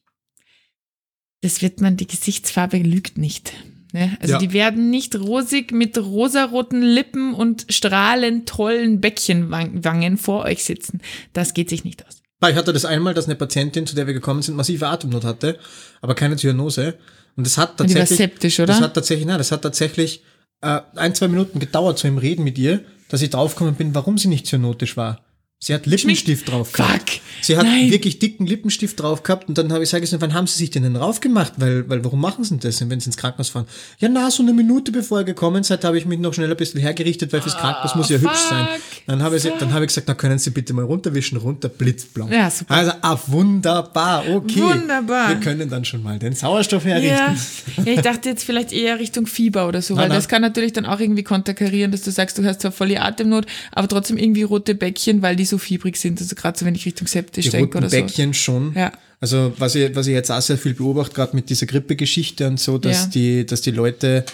die Gesichtsfarbe lügt nicht. Ne? Also die werden nicht rosig mit rosaroten Lippen und strahlend tollen Bäckchenwangen vor euch sitzen. Das geht sich nicht aus. Ich hatte das einmal, dass eine Patientin, zu der wir gekommen sind, massive Atemnot hatte, aber keine Zyanose. Und das hat tatsächlich... Die war septisch, oder? Das hat tatsächlich 1-2 Minuten gedauert, so im Reden mit ihr, dass ich draufgekommen bin, warum sie nicht cyanotisch war. Sie hat Lippenstift drauf gehabt. Fuck. Sie hat wirklich dicken Lippenstift drauf gehabt und dann habe ich gesagt, wann haben sie sich denn rauf gemacht? Weil warum machen sie das, wenn sie ins Krankenhaus fahren? Ja, so eine Minute bevor ihr gekommen seid, habe ich mich noch schnell ein bisschen hergerichtet, weil fürs Krankenhaus muss ja hübsch sein. Dann habe ich gesagt, können Sie bitte mal runterwischen, blitzblau. Ja, super. Also, wunderbar, okay. Wunderbar. Wir können dann schon mal den Sauerstoff herrichten. Ja, ich dachte jetzt vielleicht eher Richtung Fieber oder so, weil das kann natürlich dann auch irgendwie konterkarieren, dass du sagst, du hast zwar voll die Atemnot, aber trotzdem irgendwie rote Bäckchen, weil die so fiebrig sind. Also gerade so, wenn ich Richtung septisch denke oder so. Die Bäckchen schon. Ja. Also was ich jetzt auch sehr viel beobachte, gerade mit dieser Grippegeschichte und so, dass die Leute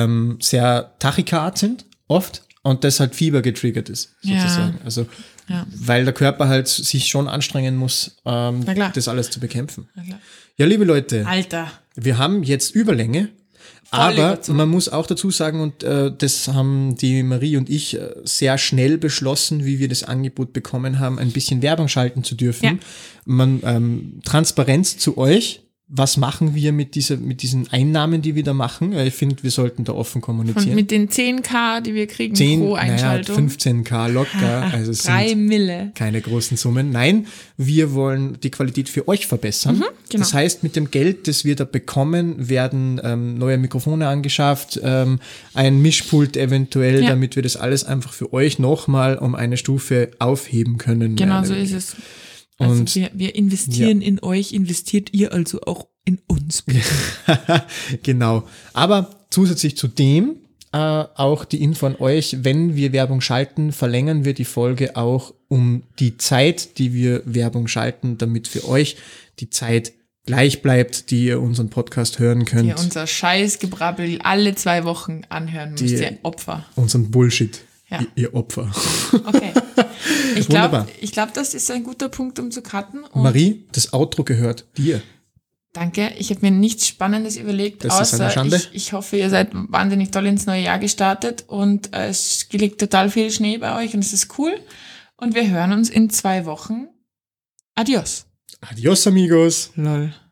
sehr tachykard sind, oft, und das halt Fieber getriggert ist, sozusagen. Ja. Also weil der Körper halt sich schon anstrengen muss, das alles zu bekämpfen. Ja, liebe Leute. Alter. Wir haben jetzt Überlänge. Aber man muss auch dazu sagen, und das haben die Marie und ich sehr schnell beschlossen, wie wir das Angebot bekommen haben, ein bisschen Werbung schalten zu dürfen. Ja. Transparenz zu euch. Was machen wir mit diesen Einnahmen, die wir da machen? Ich finde, wir sollten da offen kommunizieren. Und mit den 10.000, die wir kriegen pro Einschaltung. 15.000 locker. Also es 3 sind Mille. Keine großen Summen. Nein, wir wollen die Qualität für euch verbessern. Genau. Das heißt, mit dem Geld, das wir da bekommen, werden neue Mikrofone angeschafft, ein Mischpult eventuell, damit wir das alles einfach für euch nochmal um eine Stufe aufheben können. Genau, so ist es. Also wir investieren in euch, investiert ihr also auch in uns. Genau. Aber zusätzlich zu dem auch die Info an euch, wenn wir Werbung schalten, verlängern wir die Folge auch um die Zeit, die wir Werbung schalten, damit für euch die Zeit gleich bleibt, die ihr unseren Podcast hören könnt. Die unser Scheißgebrabbel alle 2 Wochen anhören müsst, ihr Opfer. Unseren Bullshit. Ja. Ihr Opfer. Okay. Ich glaube, das ist ein guter Punkt, um zu cutten. Marie, das Outro gehört dir. Danke. Ich habe mir nichts Spannendes überlegt, das ist eine Schande. Ich hoffe, ihr seid wahnsinnig toll ins neue Jahr gestartet und es liegt total viel Schnee bei euch und es ist cool. Und wir hören uns in 2 Wochen. Adios. Adios, amigos. Lol.